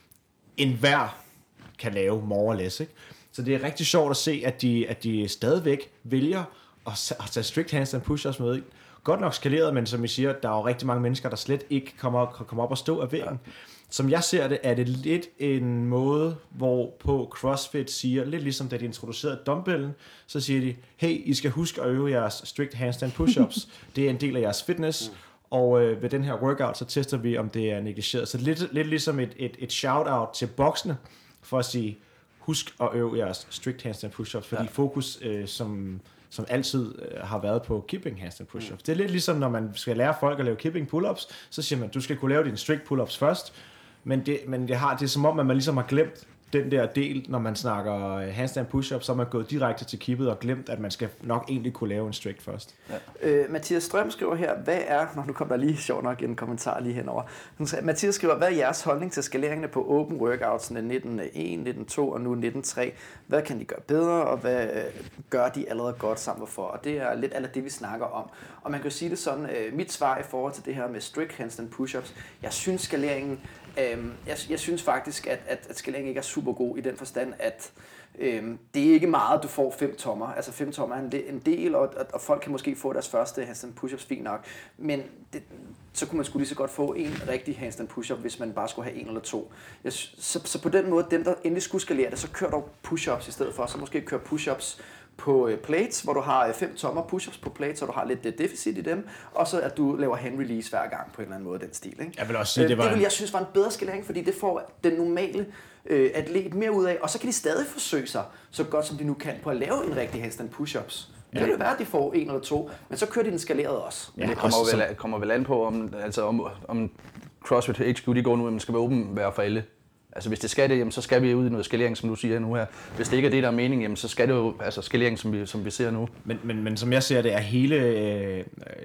enhver kan lave more or less, ikke? Så det er rigtig sjovt at se, at de, at de stadigvæk vælger at, at tage strict handstand push-ups med, ikke? Godt nok skaleret, men som I siger, der er jo rigtig mange mennesker, der slet ikke kommer op, kommer op og stå af væggen. Ja. Som jeg ser det, er det lidt en måde, hvor på CrossFit siger, lidt ligesom da de introducerede dumbbellen, så siger de, hey, I skal huske at øve jeres strict handstand push-ups. Det er en del af jeres fitness, mm. og øh, ved den her workout, så tester vi, om det er negligeret. Så lidt, lidt ligesom et, et, et shout-out til boksene, for at sige, husk at øve jeres strict handstand push-ups, fordi ja. fokus øh, som... som altid øh, har været på kipping handstand push-ups. Mm. Det er lidt ligesom, når man skal lære folk at lave kipping pull-ups, så siger man, du skal kunne lave dine strict pull-ups først, men det, men det, har, det er som om, at man ligesom har glemt den der del, når man snakker handstand push-ups, så er man gået direkte til kippet og glemt, at man skal nok egentlig kunne lave en strict først. Ja. Øh, Mathias Strøm skriver her, hvad er, når nu kommer der lige sjovt nok en kommentar lige henover. Mathias skriver, hvad er jeres holdning til skaleringene på open workoutsene nitten en, nitten to og nu nitten tre? Hvad kan de gøre bedre, og hvad gør de allerede godt sammen for? Og det er lidt af det, vi snakker om. Og man kan jo sige det sådan, øh, mit svar i forhold til det her med strict handstand push-ups, jeg synes skaleringen Øhm, jeg, jeg synes faktisk, at, at, at skalering ikke er super god i den forstand, at øhm, det er ikke meget, du får fem tommer. Altså fem tommer er en, en del, og, og, og folk kan måske få deres første handstand push-ups fint nok. Men det, så kunne man sgu lige så godt få en rigtig handstand push-up, hvis man bare skulle have en eller to. Jeg, så, så på den måde, dem der endelig skulle skalere det, så kør dog push-ups i stedet for. Så måske kør push-ups på øh, plates, hvor du har fem tommer push-ups på plates, så du har lidt øh, deficit i dem, og så at du laver hand release hver gang på en eller anden måde, den stil. Ikke? Jeg vil også sige, øh, det var... Det vil jeg synes var en bedre skalering, fordi det får den normale øh, atlet mere ud af, og så kan de stadig forsøge sig, så godt som de nu kan, på at lave en rigtig handstand push-ups. Ja. Det kan det være, at de får en eller to, men så kører de den skaleret også. Ja, det kommer, også, vel, kommer vel an på, om, altså, om, om CrossFit H Q de går nu, at man skal være åben være for alle. Altså hvis det skal det, jamen, så skal vi ud i noget skalering, som du siger nu her. Hvis det ikke er det, der er meningen, jamen, så skal det jo altså skalering, som vi, som vi ser nu. Men, men, men som jeg ser det, er hele, øh,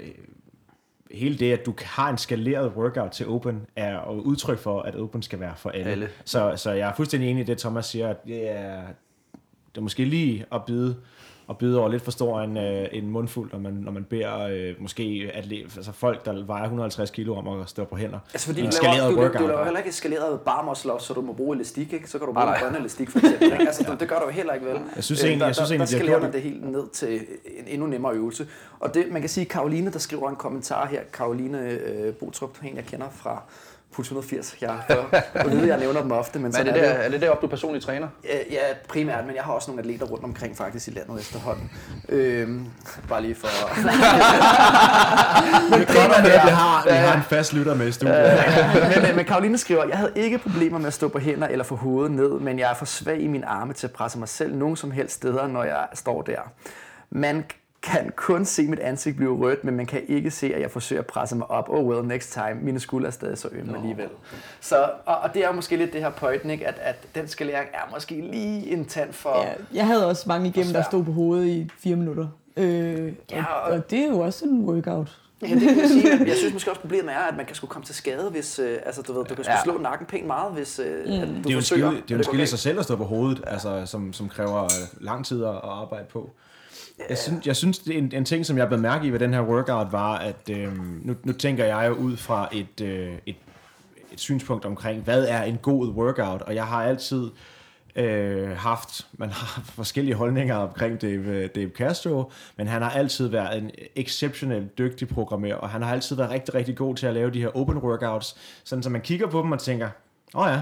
hele det, at du har en skaleret workout til Open, er udtryk for, at Open skal være for alle. alle. Så, så jeg er fuldstændig enig i det, Thomas siger, at det er, det er måske lige at bide og byder over lidt for stor en, øh, en mundfuld, når man, når man beder øh, måske atlet, altså folk, der vejer et hundrede og halvtreds kilo om at stå på hænder. Altså fordi du laver, du, du, du laver heller ikke skaleret barmuscle, så du må bruge elastik, ikke? Så kan du bruge en grøn elastik for eksempel. Ikke? Altså ja. det gør du jo heller ikke vel. Jeg synes egentlig, der, jeg synes der, egentlig, der skalerer man det helt ned til en endnu nemmere øvelse. Og det, man kan sige, Karoline, der skriver en kommentar her, Karoline øh, Botrup, en jeg kender fra Puls et hundrede og firs. Jeg, jeg ved, jeg nævner dem ofte. Men, men er, det der, er det deroppe, du er personlig træner? Ja, primært, men jeg har også nogle atleter rundt omkring faktisk i landet efterhånden. Øhm, bare lige for... men primært, vi har, vi har en fast lytter med i studiet. men, men, men Karoline skriver, jeg havde ikke problemer med at stå på hænder eller få hovedet ned, men jeg er for svag i mine arme til at presse mig selv nogen som helst steder, når jeg står der. Man kan kun se mit ansigt blive rødt, men man kan ikke se, at jeg forsøger at presse mig op. Oh well, next time. Mine skuldre er stadig så ømme alligevel. Så, og, og det er jo måske lidt det her point, ikke? At, at den skalering er måske lige en tand for... Ja, jeg havde også mange igennem, der stod på hovedet i fire minutter. Øh, ja, og, og det er jo også en workout. Ja, det kan jeg sige. Jeg synes måske også, problemet er, at man kan sgu komme til skade, hvis øh, altså, du, ved, du kan ja. slå nakken pænt meget, hvis øh, mm. at du det er forsøger. Det er jo en skille i sig selv at stå på hovedet, altså, som, som kræver lang tid at arbejde på. Jeg synes, jeg synes det en, en ting, som jeg blev mærke i ved den her workout, var, at øh, nu, nu tænker jeg jo ud fra et, øh, et, et synspunkt omkring, hvad er en god workout, og jeg har altid øh, haft, man har forskellige holdninger omkring Dave, Dave Castro, men han har altid været en exceptionelt dygtig programmer, og han har altid været rigtig, rigtig god til at lave de her open workouts, sådan så man kigger på dem og tænker, åh oh ja,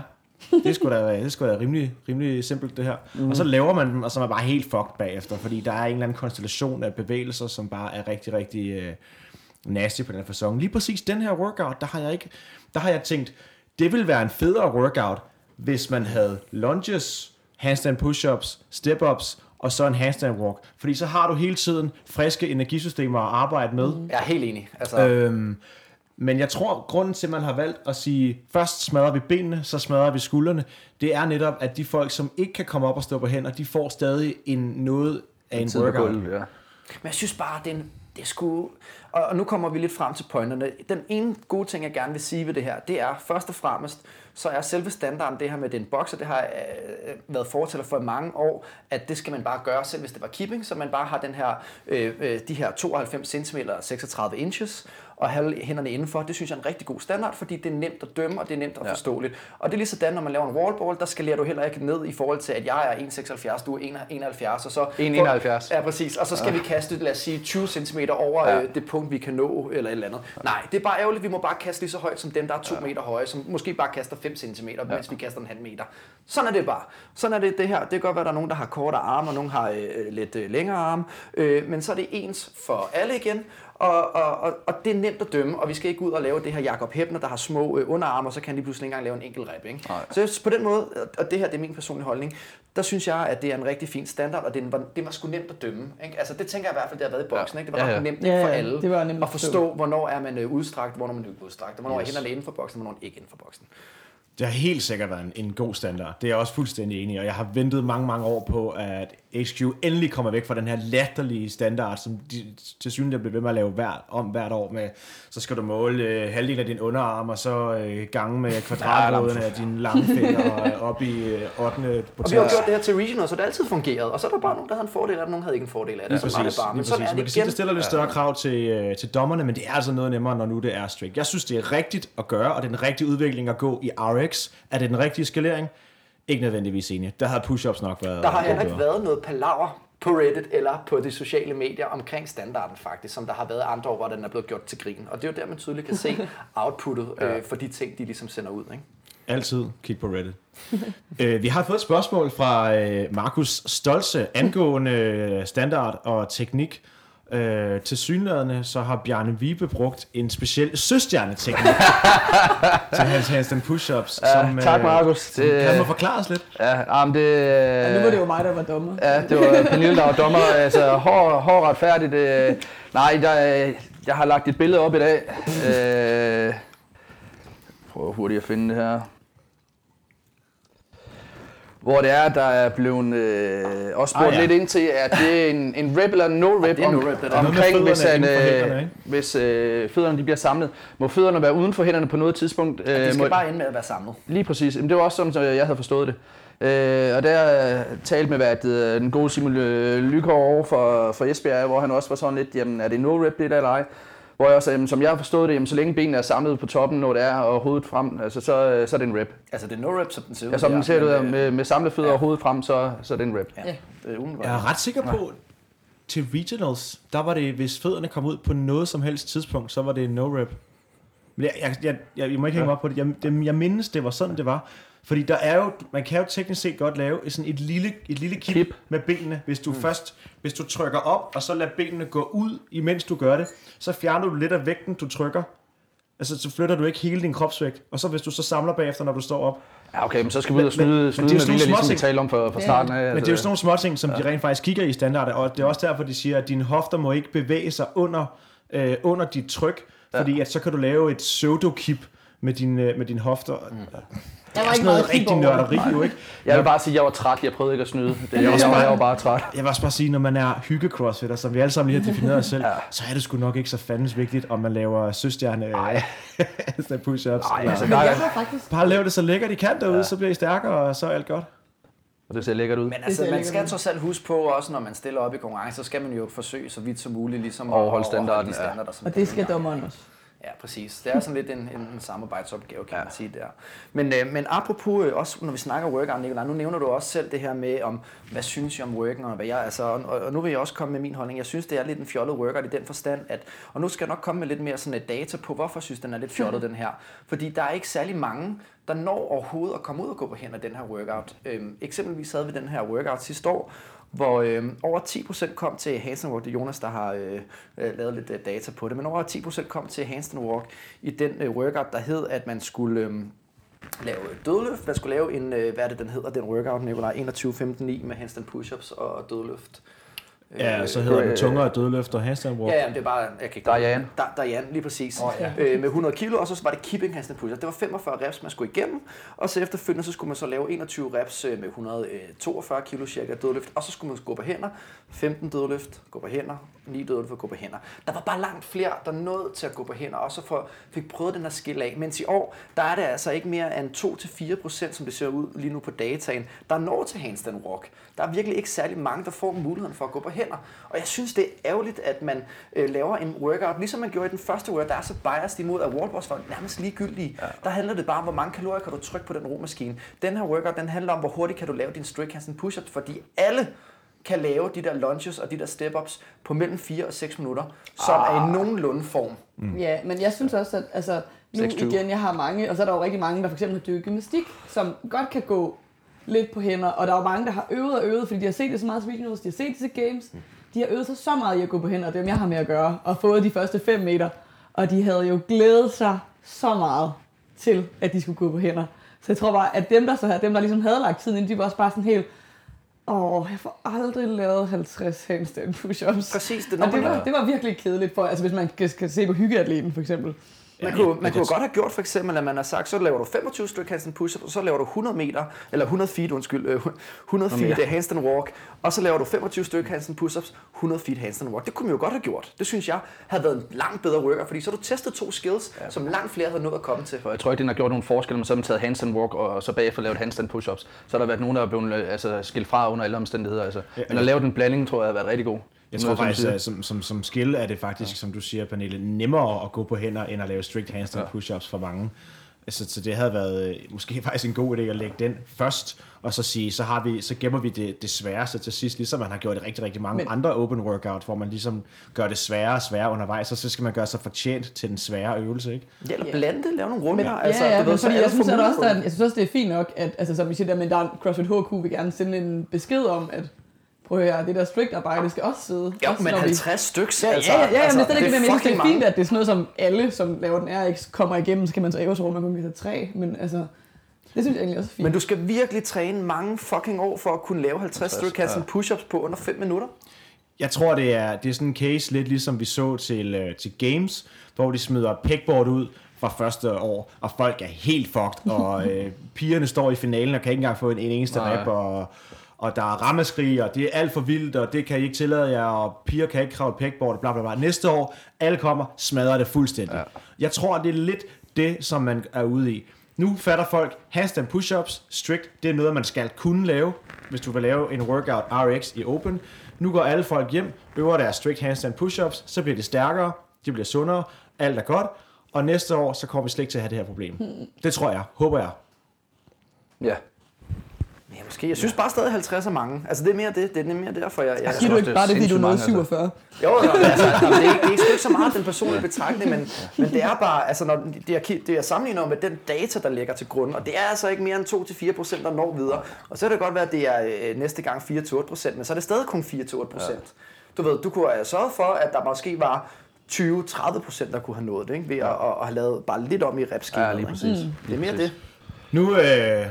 Det skulle da det skulle da rimelig, rimelig simpelt, det her. Mm. Og så laver man dem, og så er man bare helt fucked bagefter, fordi der er en eller anden konstellation af bevægelser, som bare er rigtig, rigtig uh, nasty på den her facon. Lige præcis den her workout, der har jeg ikke, der har jeg tænkt, det ville være en federe workout, hvis man havde lunges, handstand push-ups, step-ups, og så en handstand walk. Fordi så har du hele tiden friske energisystemer at arbejde med. Jeg er helt enig. Altså... Øhm, men jeg tror, grunden til, at man har valgt at sige, først smadrer vi benene, så smadrer vi skuldrene, det er netop, at de folk, som ikke kan komme op og stå på hænder, de får stadig en noget af en workout. Gulv, ja. Men jeg synes bare, det er, en, det er sgu... Og, og nu kommer vi lidt frem til pointerne. Den ene gode ting, jeg gerne vil sige ved det her, det er først og fremmest, så er selve standarden det her med den bokser, det har øh, været fortæller for mange år, at det skal man bare gøre, selv hvis det var keeping, så man bare har den her, øh, øh, de her tooghalvfems centimeter, seksogtredive inches, og have hænderne indenfor. Det synes jeg er en rigtig god standard, fordi det er nemt at dømme, og det er nemt at ja. forståeligt. Og det er lige sådan, når man laver en wallball, der skalerer du heller ikke ned i forhold til, at jeg er en komma seksoghalvfjerds, du er en komma enoghalvfjerds, og så... en komma enoghalvfjerds. Ja, præcis. Og så skal ja. vi kaste, lad os sige, tyve centimeter over ja. øh, det punkt, vi kan nå, eller et eller andet. Nej, det er bare ærgerligt, vi må bare kaste lige så højt som dem, der er to ja. meter høje, som måske bare kaster fem centimeter, ja. mens vi kaster en halv meter. Sådan er det bare. Sådan er det det her. Det kan godt være, at der er nogen, der har kortere arme, og nogen har øh, lidt øh, længere arme, øh, men så er det ens for alle igen. Og, og, og, og det er nemt at dømme, og vi skal ikke ud og lave det her Jakob Hebner, der har små øh, underarme, og så kan han lige pludselig ikke engang lave en enkelt rep. Ikke? Så på den måde, og det her det er min personlige holdning, der synes jeg, at det er en rigtig fin standard, og det var, det var sgu nemt at dømme. Ikke? Altså det tænker jeg i hvert fald, det har været i boksen. Ikke? Det var ja, ja. ret nemt ja, ja. for alle det var nemt at forstå, hvornår er man udstrakt, hvornår er man ikke udstrakt, hvornår yes. er hænderne inden for boksen, hvornår er ikke inden for boksen. Det har helt sikkert været en, en god standard. Det er jeg også fuldstændig enig i, og jeg har ventet mange, mange år på, at H Q endelig kommer væk fra den her latterlige standard, som de til synligheden bliver ved med at lave hver, om hvert år med, så skal du måle øh, halvdelen af din underarm, og så øh, gange med kvadratrøden af dine langfingre og op i øh, ottende Og vi har gjort det her til regional, så det altid fungeret, og så er der bare nogen, der havde en fordel af det, nogen havde ikke en fordel af det. Ja, præcis, bare. Men sådan er det igen. Sige, det stiller lidt større krav til, øh, til dommerne, men det er altså noget nemmere, når nu det er strict. Jeg synes, det er rigtigt at gøre, og det er den rigtige udvikling at gå i R X. Er det den rigtige skalering? Ikke nødvendigvis enig. Der har push-ups nok været... Der har heller ikke været noget palaver på Reddit eller på de sociale medier omkring standarden faktisk, som der har været andre år, hvor den er blevet gjort til grin. Og det er jo der, man tydeligt kan se outputtet øh, for de ting, de ligesom sender ud. Ikke? Altid kig på Reddit. øh, vi har fået et spørgsmål fra øh, Markus Stolze angående standard og teknik. Øh, til synlædende, så har Bjarne Vibe brugt en speciel søstjerneteknik til hans handstand push-ups. Ja, som, tak, Markus. Som, det, kan man forklare os lidt? Ja, men det... Ja, nu var det jo mig, der var dommer. Ja, det var Pernille, der var dommer. Altså, hård, hård retfærdigt. Øh, nej, der, jeg har lagt et billede op i dag. Øh, prøv hurtigt at finde det her. Hvor det er, der er blevet øh, også spurgt ah, ja. lidt ind til, at det er en, en rep eller no rep, ja, om, no rep det omkring, hvis, han, øh, hvis øh, fødderne de bliver samlet. Må fødderne være uden for hænderne på noget tidspunkt? Øh, ja, de skal må, bare ende med at være samlet. Lige præcis. Men det var også sådan, som jeg havde forstået det. Øh, og der uh, talte med hvad, uh, den gode Simon Lygaard over for, for Esbjerg, hvor han også var sådan lidt, jamen er det no rep det der eller ej? Hvor jeg også, jamen, som jeg har forstået det, jamen, så længe benene er samlet på toppen, når det er, og hovedet frem, altså, så, så er det en rep. Altså det er no rep, som den ser ud. Ja, som den ser ud med, med samlede fødder ja. og hovedet frem, så, så er det en rep. Ja. Det er jeg er ret sikker på, til regionals, der var det, hvis fødderne kom ud på noget som helst tidspunkt, så var det no rep. Men jeg, jeg, jeg, jeg, jeg må ikke hænge mig op på det. Jeg, det. jeg mindes, det var sådan, det var. Fordi der er jo, man kan jo teknisk set godt lave sådan et lille, et lille kip, kip med benene, hvis du mm. først, hvis du trykker op, og så lader benene gå ud, imens du gør det, så fjerner du lidt af vægten, du trykker. Altså, så flytter du ikke hele din kropsvægt, og så hvis du så samler bagefter, når du står op. Ja, okay, men så skal vi ud og snyde, snyde med vilje, ligesom vi talte om for, for starten af. Ja. Altså. Men det er jo sådan nogle småting, som ja. de rent faktisk kigger i standarder, og det er også derfor, de siger, at dine hofter må ikke bevæge sig under, øh, under dit tryk, fordi ja. at så kan du lave et pseudo-kip med dine med din hofter. Mm. Det er også noget rigtig nørderi, jo ikke? Jeg vil bare sige, at jeg var træt. Jeg prøvede ikke at snyde. Det, jeg, jeg, var, jeg var bare træt. Jeg vil også bare sige, når man er hygge-crossfitter, som vi alle sammen lige har defineret os selv, ja. så er det sgu nok ikke så fandens vigtigt, om man laver søstjerne push-ups. Nej, altså, der er, faktisk... Bare lave det så lækkert I kan derude, ja. så bliver I stærkere, og så er alt godt. Og det ser lækkert ud. Men altså, man skal trods alt huske på, også når man stiller op i konkurrence, så skal man jo forsøge så vidt som muligt ligesom overholde standarden. De standarder, ja. Og det skal dommeren også. Ja, præcis. Det er sådan lidt en, en, en samarbejdsopgave, kan ja. man sige der. Men, øh, men apropos øh, også, når vi snakker workout, Nicolaj, nu nævner du også selv det her med, om hvad synes jeg om working, og hvad jeg, altså, og, og nu vil jeg også komme med min holdning. Jeg synes, det er lidt en fjollet workout i den forstand, at, og nu skal jeg nok komme med lidt mere sådan et data på, hvorfor jeg synes, den er lidt fjollet, den her. Fordi der er ikke særlig mange, der når overhovedet at komme ud og gå på hænder den her workout. Øhm, eksempelvis havde vi den her workout sidste år, hvor øh, over ti procent kom til handstand walk. Det er Jonas, der har øh, lavet lidt øh, data på det, men over ti procent kom til handstand walk i den øh, workout, der hed, at man skulle øh, lave dødløft. Man skulle lave en, øh, hvad er det, den hedder, den workout, Nicolaj, enogtyve femten ni med handstand push-ups og dødløft. Ja, så hedder den tungere dødløft og handstand walk. Ja, ja, det er bare... Jeg kan ikke Diane. Da, Diane, lige præcis. Oh, ja. øh, med hundrede kilo, og så var det keeping handstand push-ups. Det var femogfyrre reps, man skulle igennem, og så efterfølgende, så skulle man så lave enogtyve reps med et hundrede og toogfyrre kilo cirka dødløft, og så skulle man gå på hænder, femten dødløft, gå på hænder, ni dødløft, gå på hænder. Der var bare langt flere, der nåede til at gå på hænder, og så for, fik prøvet den her skill af. Mens i år, der er det altså ikke mere end to til fire procent, som det ser ud lige nu på dataen, der når til handstand walk. Der er virkelig ikke særlig mange, der får muligheden for at gå på hænder. Og jeg synes, det er ærgerligt, at man øh, laver en workout, ligesom man gjorde i den første workout, der er så biased imod, at wallballs var nærmest ligegyldige. Ja. Der handler det bare om, hvor mange kalorier kan du trykke på den romaskine. Den her workout, den handler om, hvor hurtigt kan du lave din strict handstand push-ups, fordi alle kan lave de der lunges og de der step-ups på mellem fire og seks minutter, som ah. er i nogenlunde form. Mm. Ja, men jeg synes også, at altså, nu seksogtyve igen, jeg har mange, og så er der jo rigtig mange, der for eksempel har dykket gymnastik, som godt kan gå lidt på hænder, og der er jo mange, der har øvet og øvet, fordi de har set det så meget til videos, de har set det til games, de har øvet sig så meget i at gå på hænder, dem jeg har med at gøre, og fået de første fem meter, og de havde jo glædet sig så meget til, at de skulle gå på hænder. Så jeg tror bare, at dem, der så her, dem, der ligesom havde lagt tiden ind, de var også bare sådan helt, åh, jeg får aldrig lavet halvtreds handstand push-ups. Præcis, det, og det, var, det var virkelig kedeligt for, altså hvis man skal, skal se på hyggeatleten for eksempel. Man kunne, man kunne godt have gjort for eksempel, at man har sagt, så laver du femogtyve stykker handstand push-ups, og så laver du hundrede meter, eller hundrede feet, undskyld, hundrede feet handstand walk, og så laver du femogtyve stykker handstand push-ups, hundrede feet handstand walk. Det kunne man jo godt have gjort. Det synes jeg havde været en langt bedre workout, fordi så har du testet to skills, ja. som langt flere havde nået at komme til. For jeg tror ikke, den har gjort nogle forskelle, men så har man taget handstand walk, og så bagefter lavet handstand push-ups. Så har der været nogen, der er blevet altså, skilt fra under alle omstændigheder. Altså. Ja, men at lave den blanding, tror jeg, har været rigtig god. Jeg tror faktisk, at som, som, som skill er det faktisk, ja. som du siger, Pernille, nemmere at gå på hænder, end at lave strict handstand ja. push-ups for mange. Så, så det havde været måske faktisk en god idé at lægge den først, og så sige, så, har vi, så gemmer vi det, det sværeste til sidst, ligesom man har gjort i rigtig, rigtig mange Men, andre open workouts, hvor man ligesom gør det sværere og sværere undervejs, og så skal man gøre sig fortjent til den svære øvelse, ikke? Ja, eller blande, lave nogle runder. Altså, ja, ja, men fordi jeg synes, også, der er, jeg synes også, det er fint nok, at altså, som vi siger der, men der er CrossFit H Q vil gerne sende en besked om, at prøv at høre, det der strict arbejde skal også sidde. Ja, også, men halvtreds stykker. Ja, ja, ja, ja, altså, men det er ikke det, men det er fint, at det er sådan noget, som alle, som laver den R X, kommer igennem, så kan man så æve sig rundt, man kun kan tage tre, men altså, det synes jeg egentlig også er fint. Men du skal virkelig træne mange fucking år for at kunne lave halvtreds stykker ja. push-ups på under fem minutter. Jeg tror, det er, det er sådan en case lidt ligesom vi så til, uh, til Games, hvor de smider pegboard ud fra første år, og folk er helt fucked, og øh, pigerne står i finalen og kan ikke engang få en, en eneste rep, og og der er rammeskrig, og det er alt for vildt, og det kan I ikke tillade jer, og piger kan ikke kravle pegboard, bla bla bla. Næste år, alle kommer, smadrer det fuldstændig. Ja. Jeg tror, det er lidt det, som man er ude i. Nu fatter folk, handstand push-ups, strict, det er noget, man skal kunne lave, hvis du vil lave en workout R X i open. Nu går alle folk hjem, øver deres strict handstand push-ups, så bliver de stærkere, de bliver sundere, alt er godt, og næste år, så kommer vi slet ikke til at have det her problem. Det tror jeg, håber jeg. Ja. Ja, måske. Jeg synes bare stadig halvtreds er mange. Altså det er mere det. Det er mere derfor, jeg... jeg Siger du ikke bare det, fordi du nåede syvogfyrre? Jo, jo, altså, altså, det, er, det er ikke så meget den personlige betragtning, men, men det er bare, altså når det er, det er sammenlignet med den data, der ligger til grund, og det er altså ikke mere end to til fire procent, der når videre. Og så kan det godt være, at det er øh, næste gang fire til otte procent, men så er det stadig kun fire til otte procent. Ja. Du ved, du kunne have sørget for, at der måske var tyve til tredive procent, der kunne have nået det, ikke? Ved at, at, at have lavet bare lidt om i repskemaet. Ja, lige præcis. Mm. Det er mere det. Nu... Øh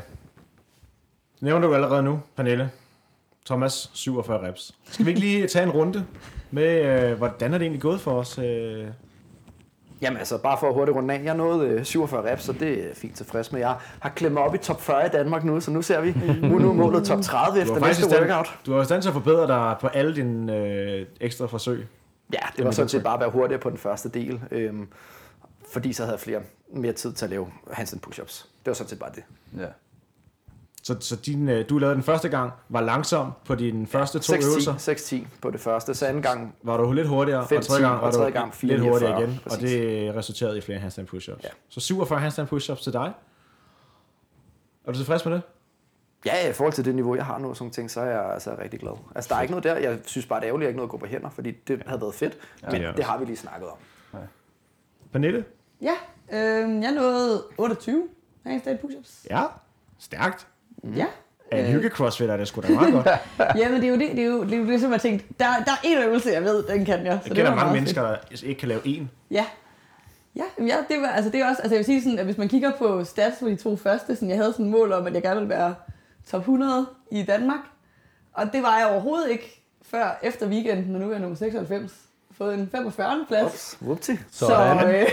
nævner du allerede nu, Pernille. Thomas, syvogfyrre reps. Skal vi ikke lige tage en runde med, øh, hvordan er det egentlig gået for os? Øh? Jamen altså, bare for at hurtigt runde af. Jeg nåede øh, syvogfyrre reps, så det er fint tilfreds med. Jeg har klemmet op i top fyrre i Danmark nu, så nu ser vi nu, nu målet top tredive efter næste stand, workout. Du har jo stand til at forbedre dig på alle dine øh, ekstra forsøg. Ja, det var sådan set bare at være hurtigere på den første del. Øh, fordi så havde jeg flere mere tid til at lave handstand push-ups. Det var sådan set bare det. Ja. Så, så din, øh, du lavede den første gang, var langsom på dine første to øvelser. seks ti på det første, så anden gang var du lidt hurtigere, fem, og tredje gang var og tredje du gang lidt hurtigere igen, præcis. og det resulterede i flere handstand push-ups. Ja. Så syvogfyrre handstand push-ups til dig. Er du tilfreds med det? Ja, i forhold til det niveau, jeg har nu, sådan ting, så er jeg altså rigtig glad. Altså, der er ikke noget der. Jeg synes bare, det er ærgerligt, at jeg ikke noget at gå på hænder, fordi det havde været fedt. Men Ja. det har vi lige snakket om. Ja. Pernille? Ja, øh, jeg nåede otteogtyve handstand push-ups. Ja, stærkt. Ja. Er en hygge-crossfitter, det skulle da meget godt. Ja, men det er jo det, det, er jo, det, er jo det som jeg tænkte. Der, der er en øvelse, jeg ved, den kan jeg. Så Jeg det kender var mange meget mennesker, der ikke kan lave en. Ja. Ja, jamen ja, det var, altså det er også, altså jeg vil sige sådan, at hvis man kigger på stats for de to første, sådan jeg havde sådan et mål om, at jeg gerne ville være top hundrede i Danmark, og det var jeg overhovedet ikke før efter weekenden, og nu er jeg nummer seksoghalvfems, fået en femogfyrre plads. Whoopsie. Så, øh,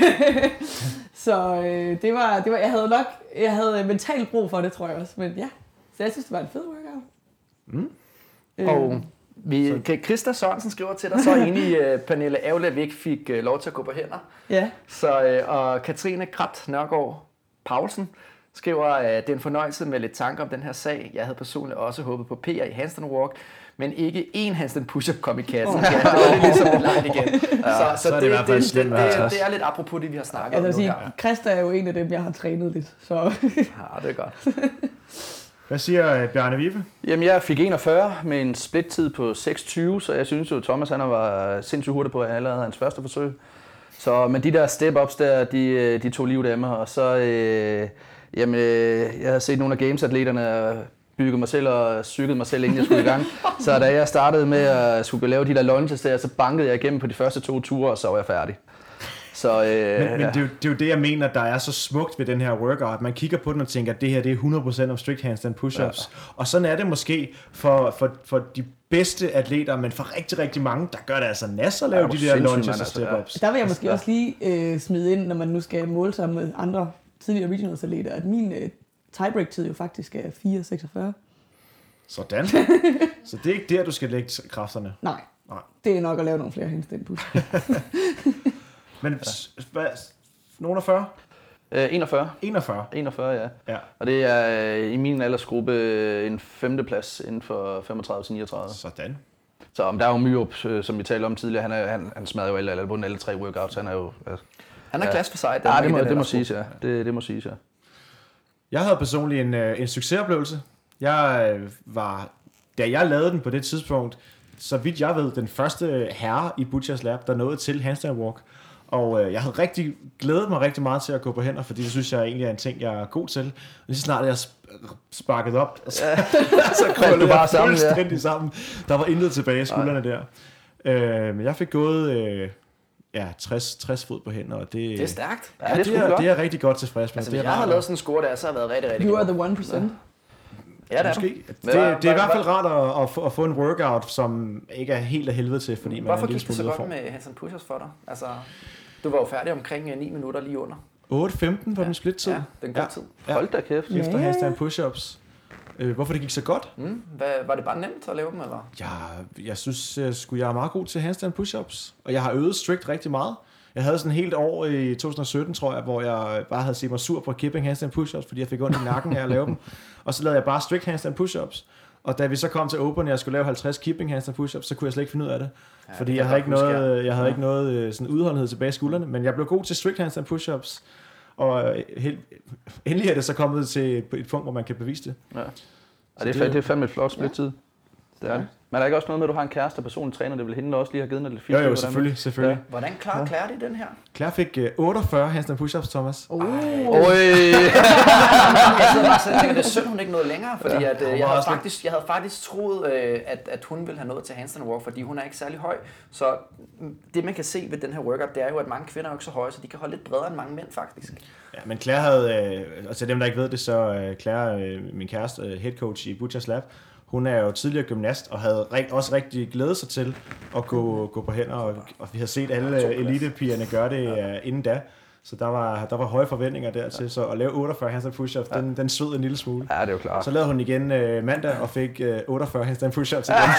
så øh, det var, det var, jeg havde nok, jeg havde mentalt brug for det, tror jeg også, men ja, så jeg synes, det var en fed workout. Mm. Øh, Og vi, kan Christa Sørensen skriver til dig, så egentlig uh, Pernille ærgerligt, at vi ikke fik uh, lov til at gå på hænder. ja. Så, uh, og Katrine Krat Nørgaard Paulsen skriver, at det er en fornøjelse med lidt tanker om den her sag. Jeg havde personligt også håbet på P R i handstand walk, men ikke én handstand push-up kom i kassen. Oh. Ja, det var lidt ligesom et light igen. Ja, så, så, så det, det, det, det, det, det, det er lidt apropos det, vi har snakket Altså, om nu sige, her. Christa er jo en af dem, jeg har trænet lidt, så... Ja, det er godt. Hvad siger uh, Bjarne Vibe? Jamen, jeg fik enogfyrre med en splittid på seks tyve, så jeg synes jo, Thomas han var sindssygt hurtig på allerede hans første forsøg. Så men de der step-ups der, de, de tog livet af mig, og så... Øh, jamen, øh, jeg har set nogle af games-atleterne bygge mig selv og psykede mig selv, inden jeg skulle i gang. Så da jeg startede med at skulle lave de der lunges der, så bankede jeg igennem på de første to ture, og så var jeg færdig. Så, øh, Men, men det, er jo, det er jo det, jeg mener, der er så smukt ved den her workout. Man kigger på den og tænker, at det her det er hundrede procent om strict handstand push-ups. Ja. Og sådan er det måske for, for, for de bedste atleter, men for rigtig, rigtig mange, der gør det altså nas at lave Ja, de der sindssygt, lunges mand, og altså, step-ups. Der vil jeg måske også lige øh, smide ind, når man nu skal måle sig med andre tidligere regionals-atleter, at min øh, tiebreak-tid jo faktisk er fire seksogfyrre. Sådan. Så det er ikke der, du skal lægge kræfterne. Nej, Nej. det er nok at lave nogle flere handstand push-ups. Men hvad, nogen af fyrre? øh, enogfyrre. enogfyrre. enogfyrre, ja. Ja. Og det er øh, i min aldersgruppe øh, en femteplads inden for femogtredive til niogtredive. Sådan. Så om der er jo Myrup, øh, som vi talte om tidligere, han, er, han, han smadrer jo alle, alle, alle, alle tre workouts. Han er jo... Altså, Han er ja. klasse for sig. ja, det må, den det må her siges, ja. Det, det må siges, ja. Jeg havde personligt en, øh, en succesoplevelse. Jeg øh, var, da jeg lavede den på det tidspunkt, så vidt jeg ved, den første herre i Butchers Lab, der nåede til handstand walk. Og øh, jeg havde rigtig glædet mig rigtig meget til at gå på hænder, fordi det synes jeg egentlig er en ting, jeg er god til. Og lige så snart jeg sp- sparket op, så, så krøllede bare jeg sammen, ja. fuldstændig sammen. Der var intet tilbage i skuldrene der. Øh, men jeg fik gået øh, ja, tres, tres fod på hænder, og det, Det er stærkt. Ja, ja, det er det, sgu er, godt. det er jeg rigtig godt tilfreds med. Altså, det hvis er jeg havde rart. lavet sådan en score der, så havde jeg været rigtig, rigtig You are god. the one percent. Ja, det er Måske. du. Det, Hvad- det er i hvad- hvert fald hvad- rart at, at, få, at få en workout, som ikke er helt af helvede til, fordi man er Hvorfor en lille gik det så smule godt udfordret. med handstand push-ups for dig? Altså, du var jo færdig omkring ni minutter lige under. otte femten på den split-tid. Ja, det er en god tid. Ja. Hold da kæft. Efter Ja. handstand push-ups. Øh, hvorfor det gik så godt? Mm. Hvad, var det bare nemt at lave dem, eller? Ja, jeg synes, jeg, skulle, jeg er meget god til handstand push-ups. Og jeg har øvet strict rigtig meget. Jeg havde sådan et helt år i to tusind og sytten, tror jeg, hvor jeg bare havde set mig sur på kipping handstand push-ups, fordi jeg fik ondt i nakken af at lave dem. Og så lavede jeg bare strict handstand push-ups. Og da vi så kom til Open, og jeg skulle lave halvtreds kipping handstand push-ups, så kunne jeg slet ikke finde ud af det. Ja, fordi det jeg kan havde jeg ikke godt huske, noget, jeg havde ja. ikke noget øh, sådan udholdenhed tilbage i skuldrene, men jeg blev god til strict handstand push-ups. Og øh, helt, endelig er det så kommet til et punkt, hvor man kan bevise det. Ja. Og det er, fandme, det er fandme et flot splittid. Det er det. Men er der ikke også noget med, at du har en kæreste og personlig træner, det vil hende også lige have givet dig lidt Jo, feedback? jo, hvordan- selvfølgelig, selvfølgelig. Ja. Hvordan klarer Claire det, den her? Claire fik øh, otteogfyrre handstand push-ups, Thomas. Oh. Oj! Jeg sidder bare sådan og tænker, det er synd, hun ikke nåede længere, fordi at, øh, hun jeg, var havde også lidt- faktisk, jeg havde faktisk troet, øh, at, at hun ville have nået til handstand walk, fordi hun er ikke særlig høj. Så mm, det, man kan se ved den her workout, det er jo, at mange kvinder er jo ikke så høje, så de kan holde lidt bredere end mange mænd, faktisk. Ja, men Claire havde, øh, og til dem, der ikke ved det, så øh, Claire, øh, min kæreste, øh, head coach i Butchers Lab, hun er jo tidligere gymnast og havde rigt, også rigtig glædet sig til at gå, gå på hænder, og, og vi har set alle øh, elitepigerne gøre det øh, inden da. Så der var, der var høje forventninger dertil, ja. Så at lave otteogfyrre handstand push-ups, ja. den, den sved en lille smule. Ja, det er jo klart. Så lavede hun igen øh, mandag og fik øh, otteogfyrre handstand push-ups igen.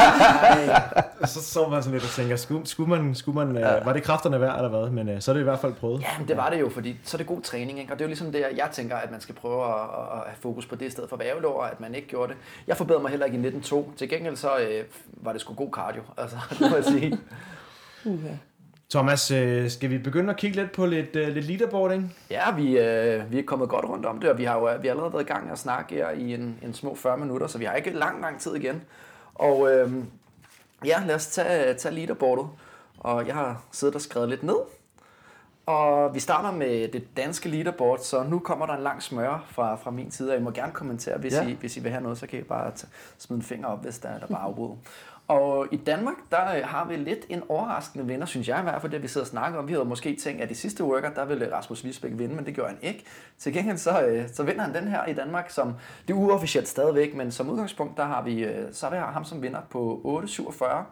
Så så man sådan lidt og tænker, skulle, skulle man, skulle man, øh, ja. var det kræfterne værd eller hvad? Men øh, så er det i hvert fald prøvet. Ja, men det var det jo, fordi så er det god træning, ikke? Og det er jo ligesom det, jeg tænker, at man skal prøve at, at have fokus på det i stedet for ærgerlig over, at man ikke gjorde det. Jeg forbedrede mig heller ikke i nitten to. Til gengæld så øh, var det sgu god cardio, altså det må jeg sige. Okay. Thomas, øh, skal vi begynde at kigge lidt på lidt, øh, lidt leaderboarding? Ja, vi, øh, vi er kommet godt rundt om det, og vi har jo vi har allerede været i gang med at snakke her i en, en små fyrre minutter, så vi har ikke lang, lang tid igen. Og øh, ja, lad os tage, tage leaderboardet, og jeg har siddet og skrevet lidt ned. Og vi starter med det danske leaderboard, så nu kommer der en lang smør fra, fra min side, og I må gerne kommentere, hvis, ja. I, hvis I vil have noget, så kan I bare tage, smide en finger op, hvis der, der bare afbryder. Og i Danmark, der har vi lidt en overraskende vinder, synes jeg i hvert fald, det vi sidder og snakker om. Vi havde måske tænkt, at i sidste workout, der ville Rasmus Lisbæk vinde, men det gjorde han ikke. Til gengæld så, så vinder han den her i Danmark, som det er uofficielt stadigvæk, men som udgangspunkt, der har vi, så har vi ham som vinder på otte syvogfyrre.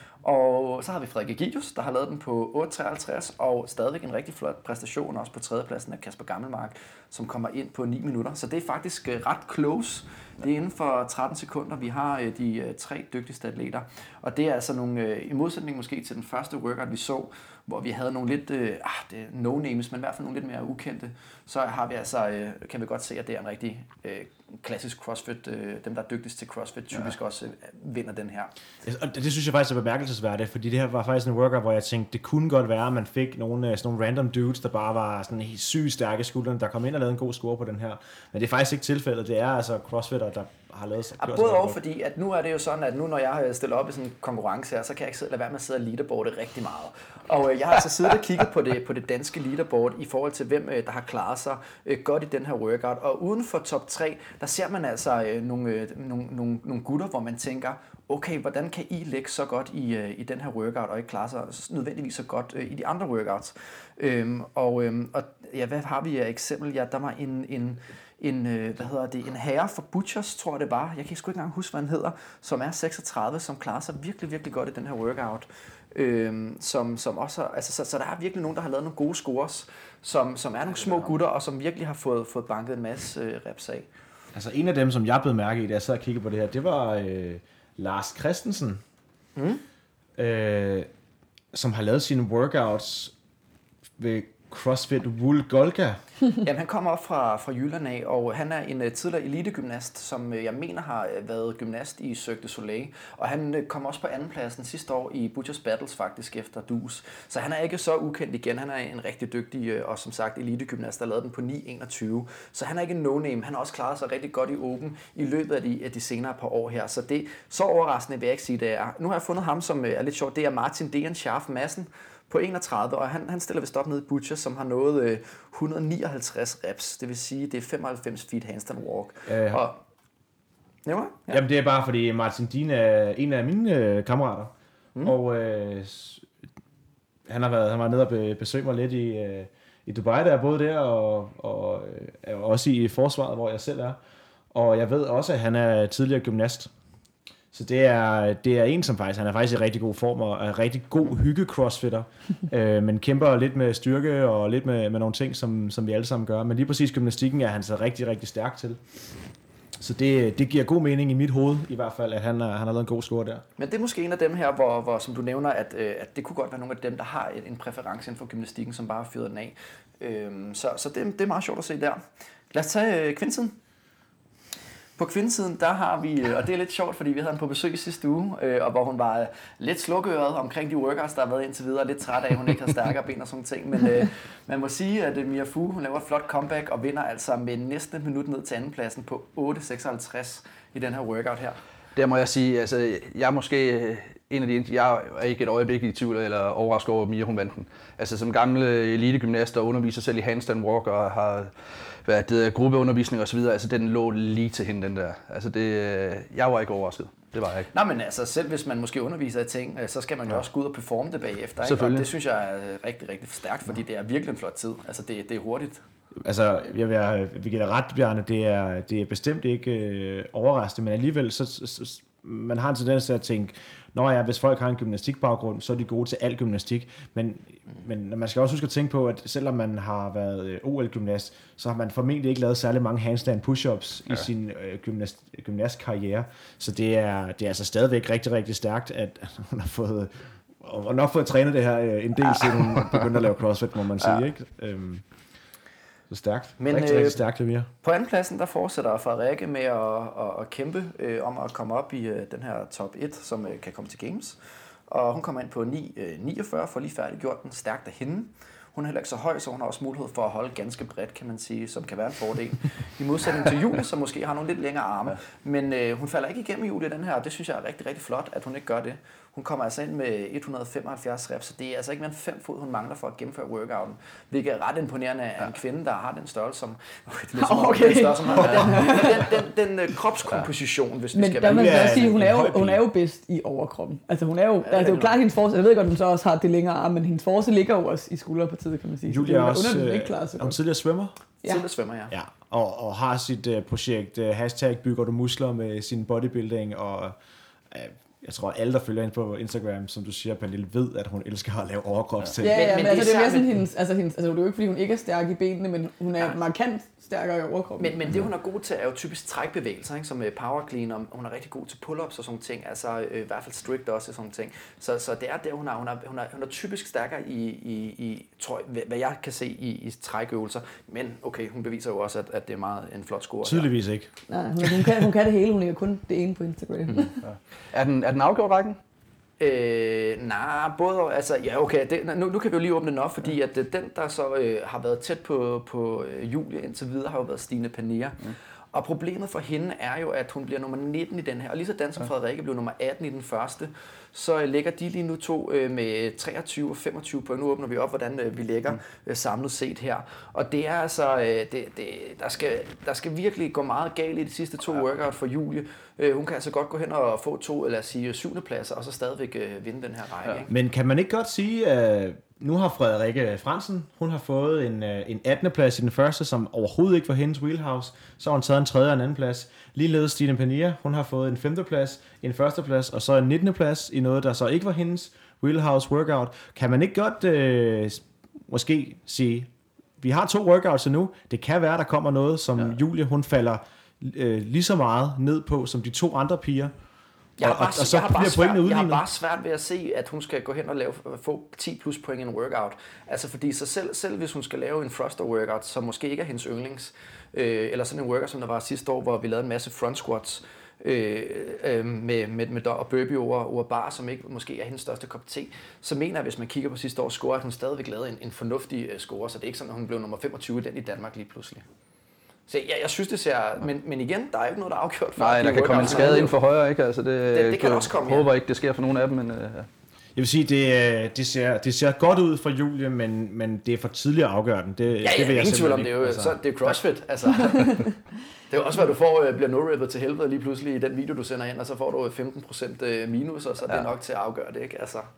Og så har vi Frederik Egidius, der har lavet den på otte treoghalvtreds, og stadigvæk en rigtig flot præstation, også på tredjepladsen af Kasper Gammelmark, som kommer ind på ni minutter. Så det er faktisk ret close. Det er inden for tretten sekunder, vi har de tre dygtigste atleter. Og det er altså nogle, i modsætning måske til den første workout, vi så, hvor vi havde nogle lidt, øh, det no-names, men i hvert fald nogle lidt mere ukendte, så har vi altså, øh, kan vi godt se, at det er en rigtig øh, klassisk CrossFit, øh, dem der er dygtigst til CrossFit, typisk ja. også øh, vinder den her. Og det synes jeg faktisk er bemærkelsesværdigt, fordi det her var faktisk en workout, hvor jeg tænkte, det kunne godt være, at man fik nogle, sådan nogle random dudes, der bare var sådan helt sygt stærke skuldrene, der kom ind og lavede en god score på den her. Men det er faktisk ikke tilfældet, det er altså CrossFitter, der har lavet sig. Ja, både over, fordi at nu er det jo sådan, at nu når jeg stiller op i sådan en konkurrence her, så kan jeg ikke lade være med at sidde og leaderboarde rigtig meget. Og øh, jeg har altså siddet og kigget på det, på det danske leaderboard i forhold til, hvem øh, der har klaret sig øh, godt i den her workout. Og uden for top tre, der ser man altså øh, nogle, øh, nogle, nogle, nogle gutter, hvor man tænker, okay, hvordan kan I lægge så godt i, øh, i den her workout, og ikke klare sig nødvendigvis så godt øh, i de andre workouts. Øhm, og, øhm, og ja, hvad har vi af eksempel? Ja, der var en... en en, øh, hvad hedder det, en herre for Butchers, tror jeg det var, jeg kan sgu ikke engang huske, hvad han hedder, som er seksogtredive, som klarer sig virkelig, virkelig godt i den her workout. Øhm, som, som også, altså, så, så der er virkelig nogen, der har lavet nogle gode scores, som, som er nogle små gutter, og som virkelig har fået, fået banket en masse øh, reps af. Altså en af dem, som jeg blev mærke i, da jeg sad og kiggede på det her, det var øh, Lars Christensen, mm. øh, som har lavet sine workouts ved CrossFit Volgograd. Jamen, han kommer op fra, fra Jylland af, og han er en uh, tidligere elitegymnast, som uh, jeg mener har uh, været gymnast i Cirque du Soleil. Og han uh, kom også på andenpladsen sidste år i Butchers Battles faktisk efter D U S. Så han er ikke så ukendt igen. Han er en rigtig dygtig uh, og som sagt elitegymnast, der lavede den på ni enogtyve. Så han er ikke en no-name. Han har også klaret sig rigtig godt i Open i løbet af de, af de senere par år her. Så det så overraskende vil jeg ikke sige, det er. Nu har jeg fundet ham, som uh, er lidt sjovt. Det er Martin Dejan Scharf Madsen på enogtredive, og han, han stiller vist op nede i Butcher, som har nået øh, et hundrede nioghalvtreds reps. Det vil sige, det er femoghalvfems feet handstand walk. Øh, og, ja. Jamen det er bare fordi Martin Dean er en af mine øh, kammerater, mm. og øh, han har været han var nede og be, besøgt mig lidt i, øh, i Dubai, der er både der, og, og øh, også i forsvaret, hvor jeg selv er. Og jeg ved også, at han er tidligere gymnast. Så det er, det er en, som faktisk, han er faktisk i rigtig god form, og er rigtig god hygge-crossfitter, øh, men kæmper lidt med styrke og lidt med, med nogle ting, som, som vi alle sammen gør. Men lige præcis gymnastikken er han så rigtig, rigtig stærk til. Så det, det giver god mening i mit hoved, i hvert fald, at han, han har lavet en god score der. Men det er måske en af dem her, hvor, hvor som du nævner, at, at det kunne godt være nogle af dem, der har en præference inden for gymnastikken, som bare har fyret den af. Øh, så så det, det er meget sjovt at se der. Lad os tage kvindesiden. På kvindesiden, der har vi, og det er lidt sjovt, fordi vi havde hende på besøg i sidste uge, øh, og hvor hun var lidt slukøret omkring de workouts, der har været indtil videre, lidt træt af, at hun ikke har stærkere ben og sådan ting. Men øh, man må sige, at Mia Fu, hun laver et flot comeback og vinder altså med næsten et minut ned til andenpladsen på otte seksoghalvtreds i den her workout her. Der må jeg sige, altså jeg er måske en af de, jeg er ikke et øjeblik i tvivl eller overrasket over, at Mia hun vandt den. Altså som gammel elitegymnast og underviser selv i handstand walk og har været det, gruppeundervisning og så videre, altså den lå lige til hende den der. Altså det, jeg var ikke overrasket. Det var jeg ikke. Nej, men altså selv hvis man måske underviser i ting, så skal man jo ja. også gå ud og performe det bagefter. Ikke? Og det synes jeg er rigtig, rigtig stærkt, fordi det er virkelig en flot tid. Altså det, det er hurtigt. Altså, jeg vil, vi giver dig ret, Bjarne, det er, det er bestemt ikke øh, overraskende, men alligevel så, så, man har en tendens til at tænke, nå ja, hvis folk har en gymnastikbaggrund, så er de gode til al gymnastik, men, men man skal også huske at tænke på, at selvom man har været O L-gymnast, så har man formentlig ikke lavet særlig mange handstand push-ups ja. i sin øh, gymnast, gymnastkarriere, så det er, det er altså stadigvæk rigtig, rigtig stærkt, at hun har fået, og nok fået trænet det her øh, en del, siden hun begyndte at lave CrossFit, må man sige, ja. ikke? Øhm, så stærkt. Men, rigtig, øh, rigtig stærkt, Lemire. På andenpladsen, der fortsætter Frederikke med at, at, at kæmpe øh, om at komme op i øh, den her top et, som øh, kan komme til Games. Og hun kommer ind på ni niogfyrre for lige færdiggjort den. Stærkt af hende. Hun er heller ikke så høj, så hun har også mulighed for at holde ganske bredt, kan man sige, som kan være en fordel. I modsætning til Julie, som måske har nogle lidt længere arme. Men øh, hun falder ikke igennem Julie den her, og det synes jeg er rigtig, rigtig flot, at hun ikke gør det. Hun kommer altså ind med et hundrede femoghalvfjerds reps, så det er altså ikke mere end fem fod, hun mangler for at gennemføre workouten. Hvilket er ret imponerende af en kvinde, der har den størrelse som... Okay, det er ligesom, okay. Den, størrelse, som har, den, den, den, den kropskomposition, hvis vi men skal være. Men der vil man også sige, hun er, jo, hun er jo bedst i overkroppen. Altså hun er jo... Ja, altså, det er jo klart, at hendes force... Jeg ved godt, at hun så også har det længere arm, men hendes force ligger jo også i skulderpartiet, kan man sige. Julia er også... Er hun tidligere svømmer? Ja. Tidligere svømmer, ja. ja. Og, og har sit uh, projekt, uh, hashtag bygger du muskler med sin bodybuilding, og uh, jeg tror, alle, der følger hende på Instagram, som du siger, Pernille, ved, at hun elsker at lave overkropsting. Ja, ja, ja, men, men altså, det er mere sådan hendes, altså, hendes, altså, det er jo ikke, fordi hun ikke er stærk i benene, men hun er ja. markant stærkere i overkroppen. Men, men det, hun er god til, er jo typisk trækbevægelser, ikke? Som power clean, og hun er rigtig god til pull-ups og sådan ting, altså øh, i hvert fald strict også og sådan ting. Så, så det er der, hun er, hun er, hun er, hun er typisk stærkere i, i, i tror jeg, hvad jeg kan se i, i trækøvelser, men okay, hun beviser jo også, at, at det er meget en flot score. Tydeligvis ja. ikke. Nej, hun, hun, kan, hun kan det hele, hun er kun det ene på Instagram. Mm. Ja. Er den, er den afgjort rækken? Øh, nej, både, altså, ja okay, det, nu, nu kan vi jo lige åbne den op, fordi at den, der så øh, har været tæt på, på Julie indtil videre, har jo været Stine Panea. Mm. Og problemet for hende er jo, at hun bliver nummer nitten i den her, og lige sådan som Frederikke blev nummer atten i den første, så ligger de lige nu to øh, med treogtyve og femogtyve point. Nu åbner vi op, hvordan øh, vi ligger øh, samlet set her. Og det er altså, øh, det, det, der, skal, der skal virkelig gå meget galt i de sidste to ja. workout for Julie. Øh, hun kan altså godt gå hen og få to, eller sige syvende pladser, og så stadigvæk øh, vinde den her række. Ja. Ikke? Men kan man ikke godt sige, at nu har Frederikke Fransen, hun har fået en, en attende plads i den første, som overhovedet ikke var hendes wheelhouse. Så har hun taget en tredje og en anden plads. Ligeledes Stine Panea, hun har fået en femte plads, en første plads, og så en nittende plads i noget, der så ikke var hendes wheelhouse workout. Kan man ikke godt øh, måske sige, vi har to workouts nu, det kan være, der kommer noget, som ja. Julie, hun falder øh, lige så meget ned på, som de to andre piger. Jeg har, bare, og, og så jeg, har bare svært, jeg har bare svært ved at se, at hun skal gå hen og lave, få ti plus point i en workout. Altså fordi så selv, selv hvis hun skal lave en thruster workout, som måske ikke er hendes yndlings, øh, eller sådan en workout, som der var sidste år, hvor vi lavede en masse front squats øh, øh, med, med, med og burpee over, over bar, som ikke måske er hendes største kop te, så mener jeg, hvis man kigger på sidste års score, at hun stadigvæk lavede en, en fornuftig score, så det er ikke sådan, at hun blev nummer femogtyve i den i Danmark lige pludselig. Så jeg, jeg synes, det ser... Men, men igen, der er ikke noget, der er afgjort for. Nej, der kan komme en skade ind for højre, ikke? Altså, det, det, det kan også komme, Jeg håber ikke, det sker for nogen af dem, men... Uh, ja. Jeg vil sige, det, det, ser, det ser godt ud for Julie, men, men det er for tidligt at afgøre den. Det, ja, ja, det vil jeg ingen tvivl om det. Er jo, altså. så, det er CrossFit, altså. Det er jo også, hvad du får, bliver no-rippet til helvede lige pludselig i den video, du sender ind, og så får du femten procent minus, og så er det ja. nok til at afgøre det, ikke? Altså.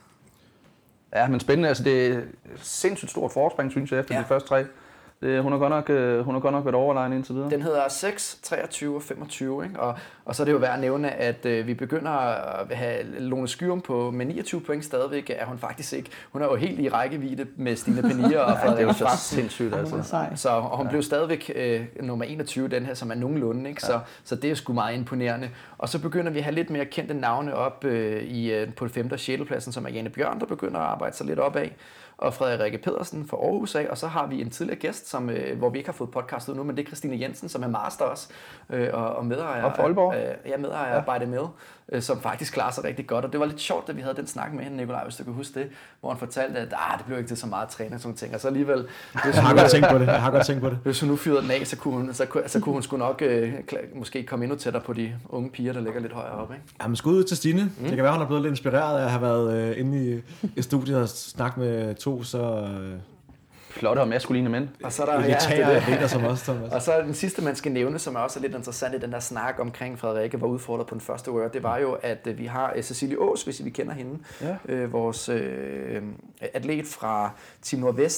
Ja, men spændende. Altså, det er sindssygt stort forspring, synes jeg, efter ja. de første tre. Det, hun, har godt nok, hun har godt nok været overlegen indtil videre. Den hedder seks, treogtyve og femogtyve, ikke? Og, og så er det jo værd at nævne, at øh, vi begynder at have Lone Skyrum på med niogtyve point stadigvæk, er hun faktisk ikke. Hun er jo helt i rækkevidde med Stine Panea og ja, det er jo så sindssygt, altså. Så, og hun ja. blev stadigvæk øh, nummer enogtyve, den her, som er nogenlunde, ikke? Ja. Så, så det er sgu meget imponerende. Og så begynder vi at have lidt mere kendte navne op øh, i, øh, på femte og sjette pladsen, som er Jane Bjørn, der begynder at arbejde sig lidt opad, og Frederikke Pedersen fra Aarhus af, og så har vi en tidligere gæst, som, øh, hvor vi ikke har fået podcastet nu, men det er Christine Jensen, som er master også, øh, og, og medejer, og Aalborg. Øh, ja, medejer ja. arbejde med, øh, som faktisk klarer sig rigtig godt, og det var lidt sjovt, da vi havde den snak med hende, Nikolaj, hvis du kan huske det, hvor han fortalte, at ah, det blev ikke til så meget træning, sådan ting, og så alligevel... Jeg har godt tænkt på det, jeg har godt tænkt på det. Hvis hun nu fyrede den af, så kunne hun, så, så kunne hun sgu nok øh, måske komme endnu tættere på de unge piger, der ligger lidt højere oppe, ikke? Ja, men skud ud til Stine. Mm. Det kan være, hun er blevet lidt inspireret af at have været øh, inde i, i studiet og snakket med to, så... Øh, flotte og maskuline mænd. Og så er der ja, det det. som også, Thomas. Og så er den sidste, man skal nævne, som er også lidt interessant i den der snak omkring Frederikke var udfordret på den første år, det var jo, at vi har Cecilie Aas, hvis vi kender hende, ja. øh, vores øh, atlet fra Team Nordvest,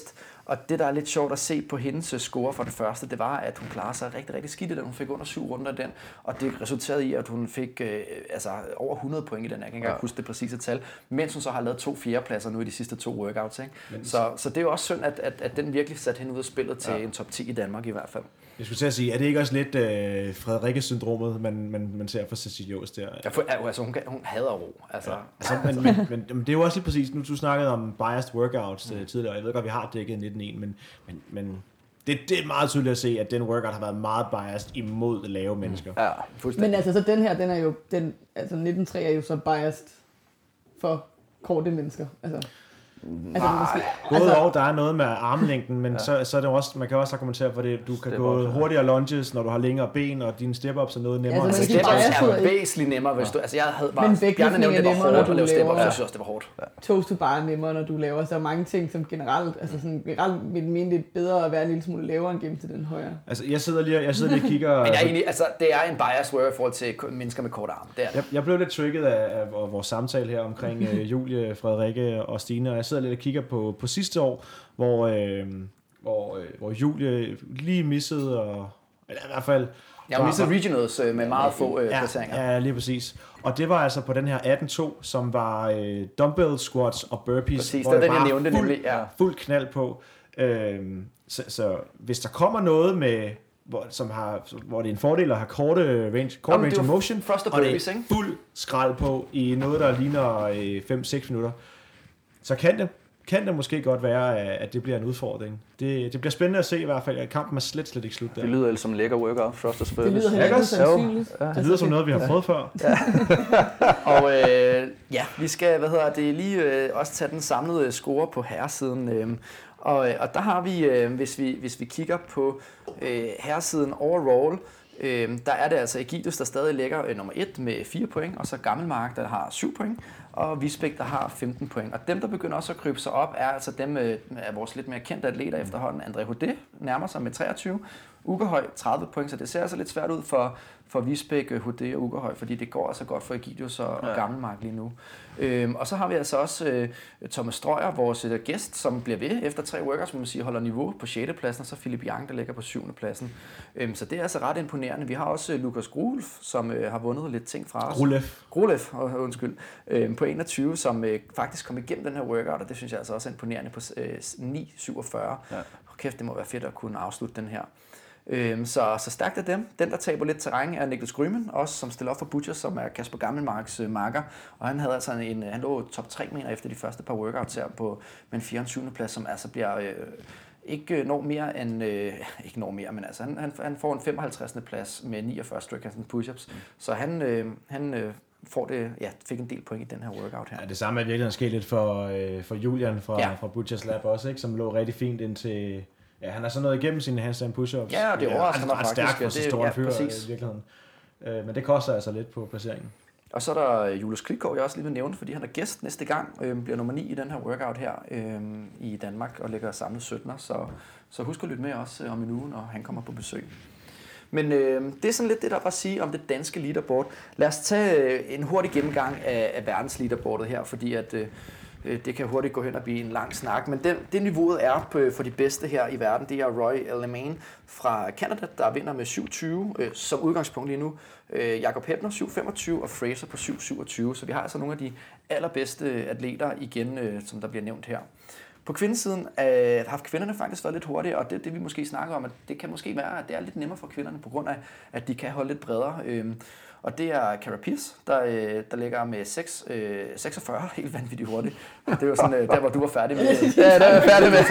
Og det, der er lidt sjovt at se på hendes score for det første, det var, at hun klarede sig rigtig, rigtig skidt i den. Hun fik under syv runder i den, og det resulterede i, at hun fik øh, altså over hundrede point i den. Jeg kan ikke engang ja. huske det præcise tal, mens hun så har lavet to fjerdepladser nu i de sidste to workouts. Ikke? Så, så det er jo også synd, at, at, at den virkelig satte hende ud af spillet til ja. en top ti i Danmark i hvert fald. Jeg skulle til at sige, er det ikke også lidt øh, Frederikke-syndromet, man, man, man ser for Cecilie Jås der? Ja, for, altså, hun, hun hader ro. Altså. Ja. Altså, men, men, men, men det er jo også lige præcis, nu du snakkede om biased workouts mm. tidligere, og jeg ved godt, vi har dækket nitten en, men, men, men det, det er meget tydeligt at se, at den workout har været meget biased imod lave mennesker. Ja, men altså, så den her, den er jo, den, altså nitten tre er jo så biased for korte mennesker. Altså. Altså, måske, både altså, og, der er noget med armlængden, men ja. så, så er det også, man kan også argumentere for det, du kan step gå up, hurtigere lunges, når du har længere ben, og dine step-ups er noget nemmere. Altså, step-ups er væsentligt nemmere, hvis du, altså jeg havde bare gerne nævnt, det var hårdt at lave step-ups, jeg synes også, det var hårdt. Toast to bar er nemmere, når du laver, så er mange ting, som generelt, altså sådan, generelt vil mene, det er bedre at være en lille smule lavere end gennem til den højere. Altså, jeg sidder lige, jeg sidder lige og kigger. Men jeg er egentlig, altså, det er en bias work i forhold til mennesker med kort arm. Det er. Jeg, jeg blev lidt trigget af, af vores samtale her omkring uh, Julie, Frederikke og Stine, og jeg sidder lidt og kigger på på sidste år, hvor, øh, hvor, øh, hvor Julie lige missede, og, eller i hvert fald... Jeg missede regionals øh, med meget få øh, ja, placeringer. Ja, lige præcis. Og det var altså på den her atten to, som var øh, dumbbell squats og burpees, præcis, hvor det det var var den, jeg nævnte, fuld, nemlig, ja. fuld knald på. Øh, så, så hvis der kommer noget med... Hvor, som har, hvor det er en fordel at have korte range, kort Jamen, range of motion, og, og det burpees, er fuld skrald på i noget, der ligner fem seks minutter, så kan det kan det måske godt være, at det bliver en udfordring. Det, det bliver spændende at se i hvert fald. Kampen er slet, slet ikke slut der. Det lyder som en lækker workout, først og Det lyder helt sandsynligt. Ja. Det lyder som noget, vi har prøvet før. Ja. Og øh, ja, vi skal, hvad hedder det, lige øh, også tage den samlede score på herresiden. Øh, og, og der har vi, øh, hvis vi, hvis vi kigger på øh, herresiden overall, øh, der er det altså Ægidius, der stadig ligger øh, nummer et med fire point, og så Gammelmark, der har syv point, og Visbæk, der har femten point. Og dem, der begynder også at krybe sig op, er altså dem øh, af vores lidt mere kendte atleter efterhånden. André Houdet nærmer sig med treogtyve, Ugerhøj tredive point, så det ser altså lidt svært ud for, for Visbæk, Houdet og Ugerhøj, fordi det går altså godt for Ægidius og, ja. og Gammelmark lige nu. Øhm, og så har vi altså også øh, Thomas Strøyer, vores øh, gæst, som bliver ved efter tre workouts, må man sige, holder niveau på sjette pladsen, og så Philip Young, der ligger på syvende pladsen. Øhm, så det er altså ret imponerende. Vi har også øh, Lukas Grulf, som øh, har vundet lidt ting fra os. Grulef. Grulef, oh, undskyld. Øhm, på enogtyve, som øh, faktisk kom igennem den her workout, og det synes jeg altså også er imponerende på øh, ni syvogfyrre. Ja. Kæft, det må være fedt at kunne afslutte den her. Øhm, så, så stærkt af dem. Den, der taber lidt terræn, er Niklas Grymen, også som stiller op for Butchers, som er Kasper Gammelmarks øh, marker. Og han havde altså en, han lå top tre mener efter de første par workouts her på med en fireogtyvende plads, som altså bliver øh, ikke når mere end øh, ikke når mere, men altså han, han, han får en femoghalvtredsende plads med niogfyrre strict push-ups. Mm. Så han øh, han øh, får det, ja, fik en del point i den her workout her. Ja, det samme er virkelig sket lidt for øh, for Julian fra ja. fra Butchers Lab også, ikke, som lå rigtig fint indtil. Ja, han har så nået igennem sine handstand push-ups. Ja, og det overrasker mig faktisk. Stærk for så stor ja, en fyr i virkeligheden. Øh, men det koster altså lidt på placeringen. Og så er der Julius Klitgaard, jeg også lige vil nævne, fordi han er gæst næste gang, øh, bliver nummer ni i den her workout her øh, i Danmark og ligger samlet syttende. Så, så husk at lytte med også øh, om en uge, når han kommer på besøg. Men øh, det er sådan lidt det, der var at sige om det danske leaderboard. Lad os tage øh, en hurtig gennemgang af, af verdens leaderboardet her, fordi at øh, det kan hurtigt gå hen og blive en lang snak, men det, det niveauet er på, for de bedste her i verden. Det er Roy Alemán fra Canada, der vinder med syv tyve øh, som udgangspunkt lige nu. Øh, Jakob Hebner syv femogtyve og Fraser på syv syvogtyve, så vi har altså nogle af de allerbedste atleter igen, øh, som der bliver nævnt her. På kvindesiden øh, har kvinderne faktisk været lidt hurtigere, og det det vi måske snakker om, at det kan måske være, at det er lidt nemmere for kvinderne, på grund af, at de kan holde lidt bredere. Øh, Og det er Cara Pearce, der, der ligger med seks, øh, seksogfyrre, helt vanvittigt hurtigt. Det var sådan, der hvor du var færdig med. Ja, der er færdig med.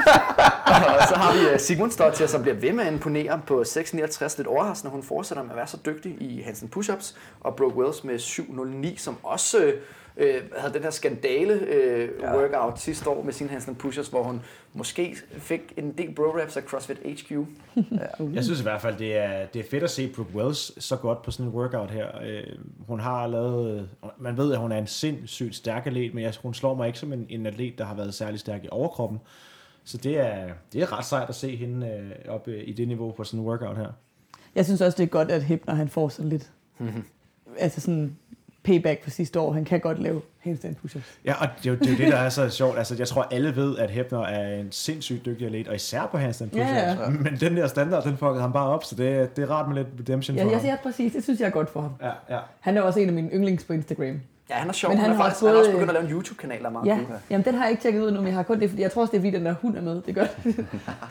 Og så har vi Sigmundsdottir, som bliver ved med at imponere på seks niogtres, lidt overraskende. Hun fortsætter med at være så dygtig i handstand push-ups. Og Brooke Wells med syv nul ni, som også øh, havde den her skandale øh, ja. workout sidste år med sine handstand push-ups, hvor hun måske fik en del bro-raps af CrossFit H Q. Ja. Jeg synes i hvert fald, det er, det er fedt at se Brooke Wells så godt på sådan en workout her. Øh, hun har lavet, man ved, at hun er en sindssygt stærk atlet, men jeg, hun slår mig ikke som en, en atlet, der har været særlig stærk i overkroppen. Så det er, det er ret sejt at se hende øh, op øh, i det niveau på sådan en workout her. Jeg synes også, det er godt, at Hebner han får sådan lidt, mm-hmm. altså sådan payback for sidste år. Han kan godt lave handstand push-ups. Ja, og det er jo det, er jo det der er så sjovt. Altså, jeg tror, alle ved, at Hebner er en sindssygt dygtig atlet, og især på handstand push-ups. Ja, ja. Men den der standard, den fuckede ham bare op, så det, det er rart med lidt redemption Ja, for jeg ham. siger præcis. Det synes jeg er godt for ham. Ja, ja. Han er også en af mine yndlings på Instagram. Ja, han er sjov. Men han Han, han, er har faktisk, fået- han er også begyndt at lave en YouTube-kanal, der er meget Ja, god her. jamen den har jeg ikke tjekket ud nu, men jeg har kun det, fordi jeg tror også, det er fordi, den der hund er med. Det gør det.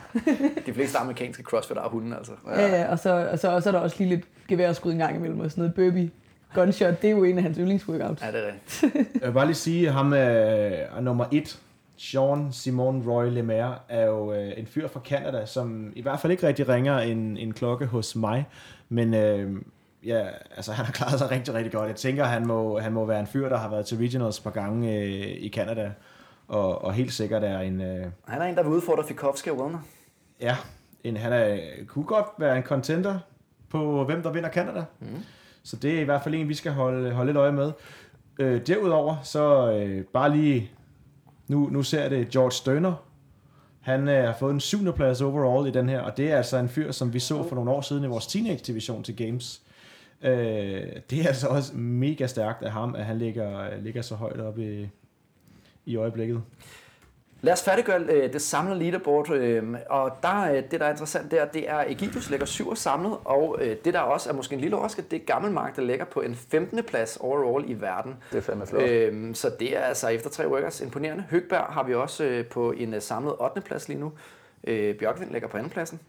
De fleste amerikanske crossfitter har hunden, altså. Ja, ja, og så, og, så, og så er der også lige lidt geværskud en gang imellem, og sådan noget burpee. Gunshot, det er jo en af hans yndlingsworkouts. Ja, det er rigtigt. Jeg vil bare lige sige, at ham er nummer et, Jean Simon Roy Lemaire, er jo øh, en fyr fra Canada, som i hvert fald ikke rigtig ringer en, en klokke hos mig, men øh, ja, altså, han har klaret sig rigtig, rigtig godt. Jeg tænker, han må, han må være en fyr, der har været til regionals et par gange øh, i Canada, og, og helt sikkert er en... Øh, Han er en, der vil udfordre Fikowski og Wilner. ja, en, han er, kunne godt være en contender på, hvem der vinder Canada. Mm. Så det er i hvert fald en, vi skal holde, holde lidt øje med. Øh, derudover, så øh, bare lige... Nu, nu ser jeg det George Sterner. Han øh, har fået en syvende plads overall i den her, og det er altså en fyr, som vi så for nogle år siden i vores teenage-division til Games. Øh, det er altså også mega stærkt af ham, at han ligger, ligger så højt oppe i, i øjeblikket. Lad os færdiggøre øh, det samlede leaderboard, øh, og der, øh, det der er interessant der, det er, at Egidus ligger syv samlet, og øh, det der også er måske en lille overraskelse, det er Gammelmark, der ligger på en femtende plads overall i verden. Det er fandme flot. Øh, så det er altså efter tre workers imponerende. Høgberg har vi også øh, på en øh, samlet ottende plads lige nu. Øh, Bjørkvind ligger på anden pladsen.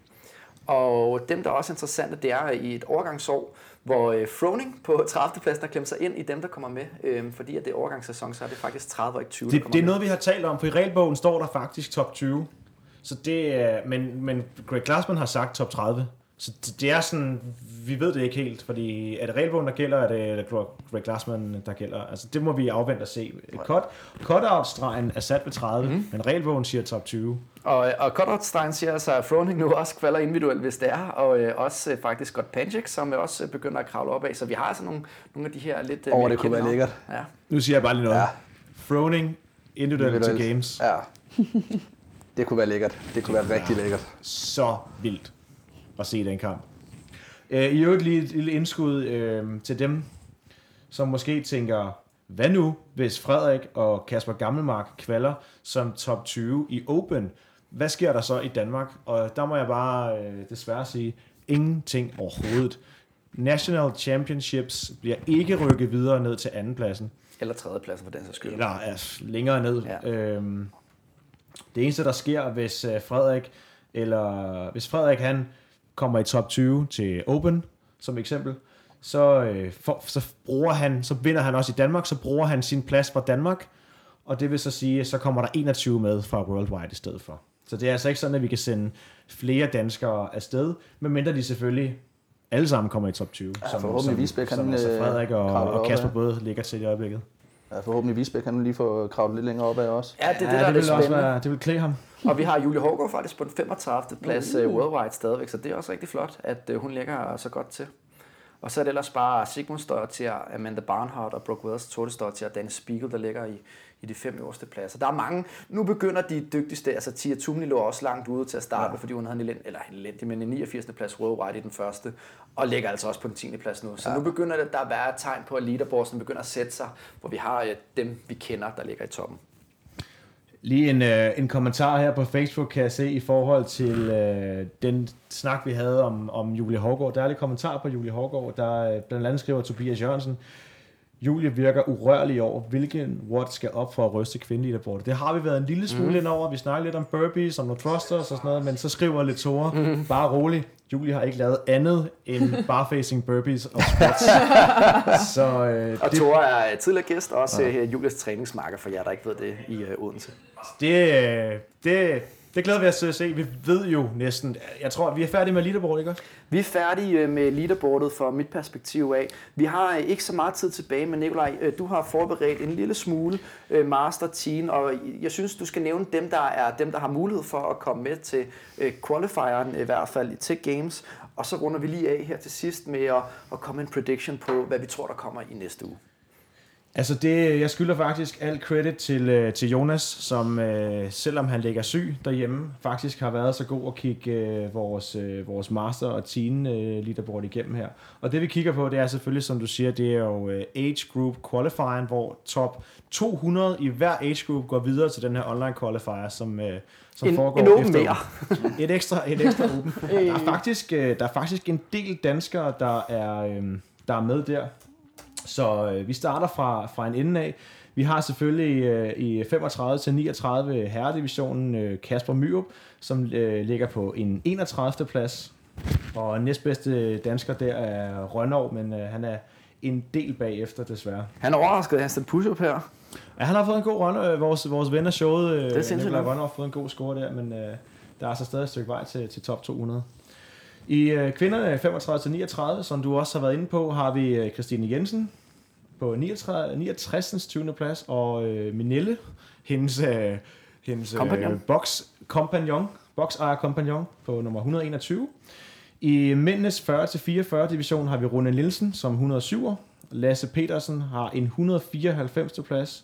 Og dem, der er også interessante, det er i et overgangsår, hvor øh, Froning på tredivte pladsen har klemt sig ind i dem, der kommer med. Øh, fordi at det er overgangssæson, så er det faktisk tredive og ikke tyve, der Det, kommer det er med. noget, vi har talt om, for i regelbogen står der faktisk top tyve. Så det er, men, men Greg Glassman har sagt top tredive. Så det, det er sådan, vi ved det ikke helt, fordi er det regelbogen, der gælder, er det Greg Glassman, der gælder? Altså det må vi afvente at se. Cut, Cutout-stregen er sat ved tredive, mm. men regelbogen siger top tyve. Og, og Cutout-stregen siger altså, at Froning nu også kvalder individuelt, hvis det er, og øh, også øh, faktisk Scott Panchik, som også øh, begynder at kravle opad. Så vi har altså nogle, nogle af de her lidt... Øh, Åh, mere det kunne kendte være navne. lækkert. Ja. Nu siger jeg bare lige noget. Ja. Froning, individuelt til Games. Ja. Det kunne være lækkert. Det kunne være rigtig lækkert. Så vildt at se den kamp. Øh, I øvrigt lige et lille indskud øh, til dem, som måske tænker, hvad nu, hvis Frederik og Kasper Gammelmark kvalder som top tyve i Open? Hvad sker der så i Danmark? Og der må jeg bare øh, desværre sige, ingenting overhovedet. National Championships bliver ikke rykket videre ned til andenpladsen. Eller tredjepladsen for den så skyld. Eller altså, længere ned. Ja. Øhm, det eneste, der sker, hvis øh, Frederik, eller hvis Frederik han kommer i top tyve til Open, som eksempel, så, øh, for, så bruger han, så vinder han også i Danmark, så bruger han sin plads fra Danmark, og det vil så sige, så kommer der enogtyve med fra Worldwide i stedet for. Så det er altså ikke sådan, at vi kan sende flere danskere afsted, medmindre de selvfølgelig alle sammen kommer i top tyve. Ja, forhåbentlig Visbæk, som, han, som altså Frederik og, kravler og op, Kasper ja. både ligger til i øjeblikket. Ja, forhåbentlig Visbæk kan nu lige få kravlet lidt længere opad også. Ja, det er det, Ja, der er det det vil også spændende. være, det vil klæde ham. Og vi har Julie Hårgaard faktisk på den femogtredivte plads uh. worldwide stadigvæk, så det er også rigtig flot, at uh, hun ligger så godt til. Og så er det ellers bare Sigmund Støjtier, Amanda Barnhart og Brooke Weathers, Torte Støjtier og Dan Spiegel, der ligger i, i de fem øverste pladser. Der er mange. Nu begynder de dygtigste, altså Tia Tumni lå også langt ude til at starte, ja. fordi hun havde en elendig, eller en elendig, men en niogfirsende plads worldwide i den første, og ligger altså også på den tiende plads nu. Så ja. nu begynder det, der at være et tegn på, at leaderboarden begynder at sætte sig, hvor vi har ja, dem, vi kender, der ligger i toppen. Lige en, øh, en kommentar her på Facebook kan jeg se i forhold til øh, den snak, vi havde om, om Julie Hårgaard. Der er lidt kommentar på Julie Hårgaard, der øh, blandt andet skriver Tobias Jørgensen, Julie virker urørlig i år. Hvilken watt skal op for at ryste kvindelige der bordet? Det har vi været en lille smule mm. ind over. Vi snakker lidt om burpees, om nogle thrusters og sådan noget, men så skriver lidt Tore, mm. bare rolig. Julie har ikke lavet andet end barfacing burpees og squats. så, øh, og det, Tore er tidligere gæst, også ja. Julies træningsmarker, for jer, der ikke ved det, i uh, Odense. Det, øh, det, det glæder vi os til at se. Vi ved jo næsten, jeg tror, vi er færdige med leaderboard, ikke også? Vi er færdige med leaderboardet fra mit perspektiv af. Vi har ikke så meget tid tilbage, men Nikolaj, du har forberedt en lille smule master team, og jeg synes, du skal nævne dem, der er dem, der har mulighed for at komme med til qualifieren, i hvert fald til Games. Og så runder vi lige af her til sidst med at, at komme en prediction på, hvad vi tror, der kommer i næste uge. Altså det, jeg skylder faktisk alt credit til, til Jonas, som øh, selvom han ligger syg derhjemme, faktisk har været så god at kigge øh, vores, øh, vores master og teen øh, leaderboard igennem her. Og det vi kigger på, det er selvfølgelig, som du siger, det er jo øh, age group qualifying, hvor top to hundrede i hver age group går videre til den her online qualifier, som, øh, som en, foregår en open efter mere. et ekstra, et ekstra open. Der er faktisk, øh, der er faktisk en del danskere, der er, øh, der er med der. Så øh, vi starter fra, fra en ende af. Vi har selvfølgelig øh, i femogtredive til niogtredive herredivisionen øh, Kasper Myrup, som øh, ligger på en enogtredivte plads. Og næstbedste dansker der er Rønnow, men øh, han er en del bagefter desværre. Han er overrasket, at han stod push-up her. Ja, han har fået en god run. Øh, vores, vores ven af showet, øh, det er sindssygt. Rønnow, har fået en god score der, men øh, der er altså stadig et stykke vej til, til top to hundrede. I øh, kvinderne femogtredive til niogtredive, som du også har været inde på, har vi øh, Christine Jensen på niogtres. tyvende plads, og øh, Minelle, hendes, øh, hendes øh, box kompagnon, boxejer kompagnon på nummer et hundrede og enogtyve. I mændenes fyrre til fireogfyrre division har vi Rune Nielsen som et hundrede og syv. Lasse Petersen har en et hundrede og fireoghalvfems. plads.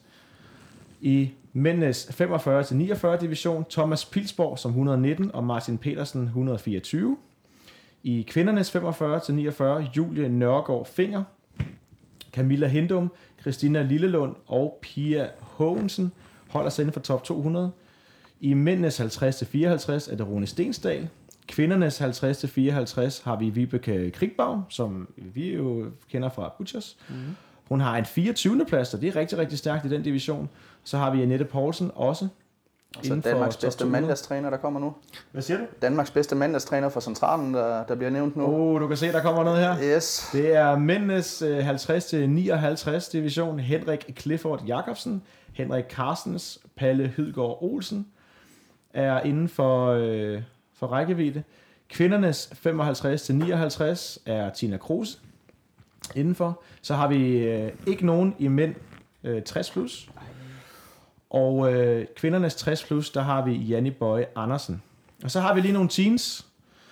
I mændenes femogfyrre til niogfyrre division Thomas Pilsborg som et hundrede og nitten og Martin Petersen et hundrede og fireogtyve. I kvindernes femogfyrre til niogfyrre Julie Nørgaard Finger, Camilla Hindum, Christina Lillelund og Pia Hågensen holder sig inden for top to hundrede. I mændenes halvtreds til fireoghalvtreds er det Rune Stensdal. Kvindernes halvtreds til fireoghalvtreds har vi Vibeke Krigbaum, som vi jo kender fra Butchers. Mm. Hun har en fireogtyvende plads, og det er rigtig, rigtig stærkt i den division. Så har vi Annette Poulsen også. Så Danmarks bedste mandagstræner, der kommer nu. Hvad siger du? Danmarks bedste mandagstræner for centralen, der, der bliver nævnt nu. Oh, du kan se, der kommer noget her. Yes. Det er mændenes halvtreds til nioghalvtreds division. Henrik Clifford Jacobsen, Henrik Carstens, Palle Hydgaard Olsen er inden for, øh, for rækkevidde. Kvindernes femoghalvtreds til nioghalvtreds er Tina Kruse indenfor. Så har vi øh, ikke nogen i mænd øh, tres plus. Og øh, kvindernes tres plus, der har vi Janni Bøje Andersen. Og så har vi lige nogle teens.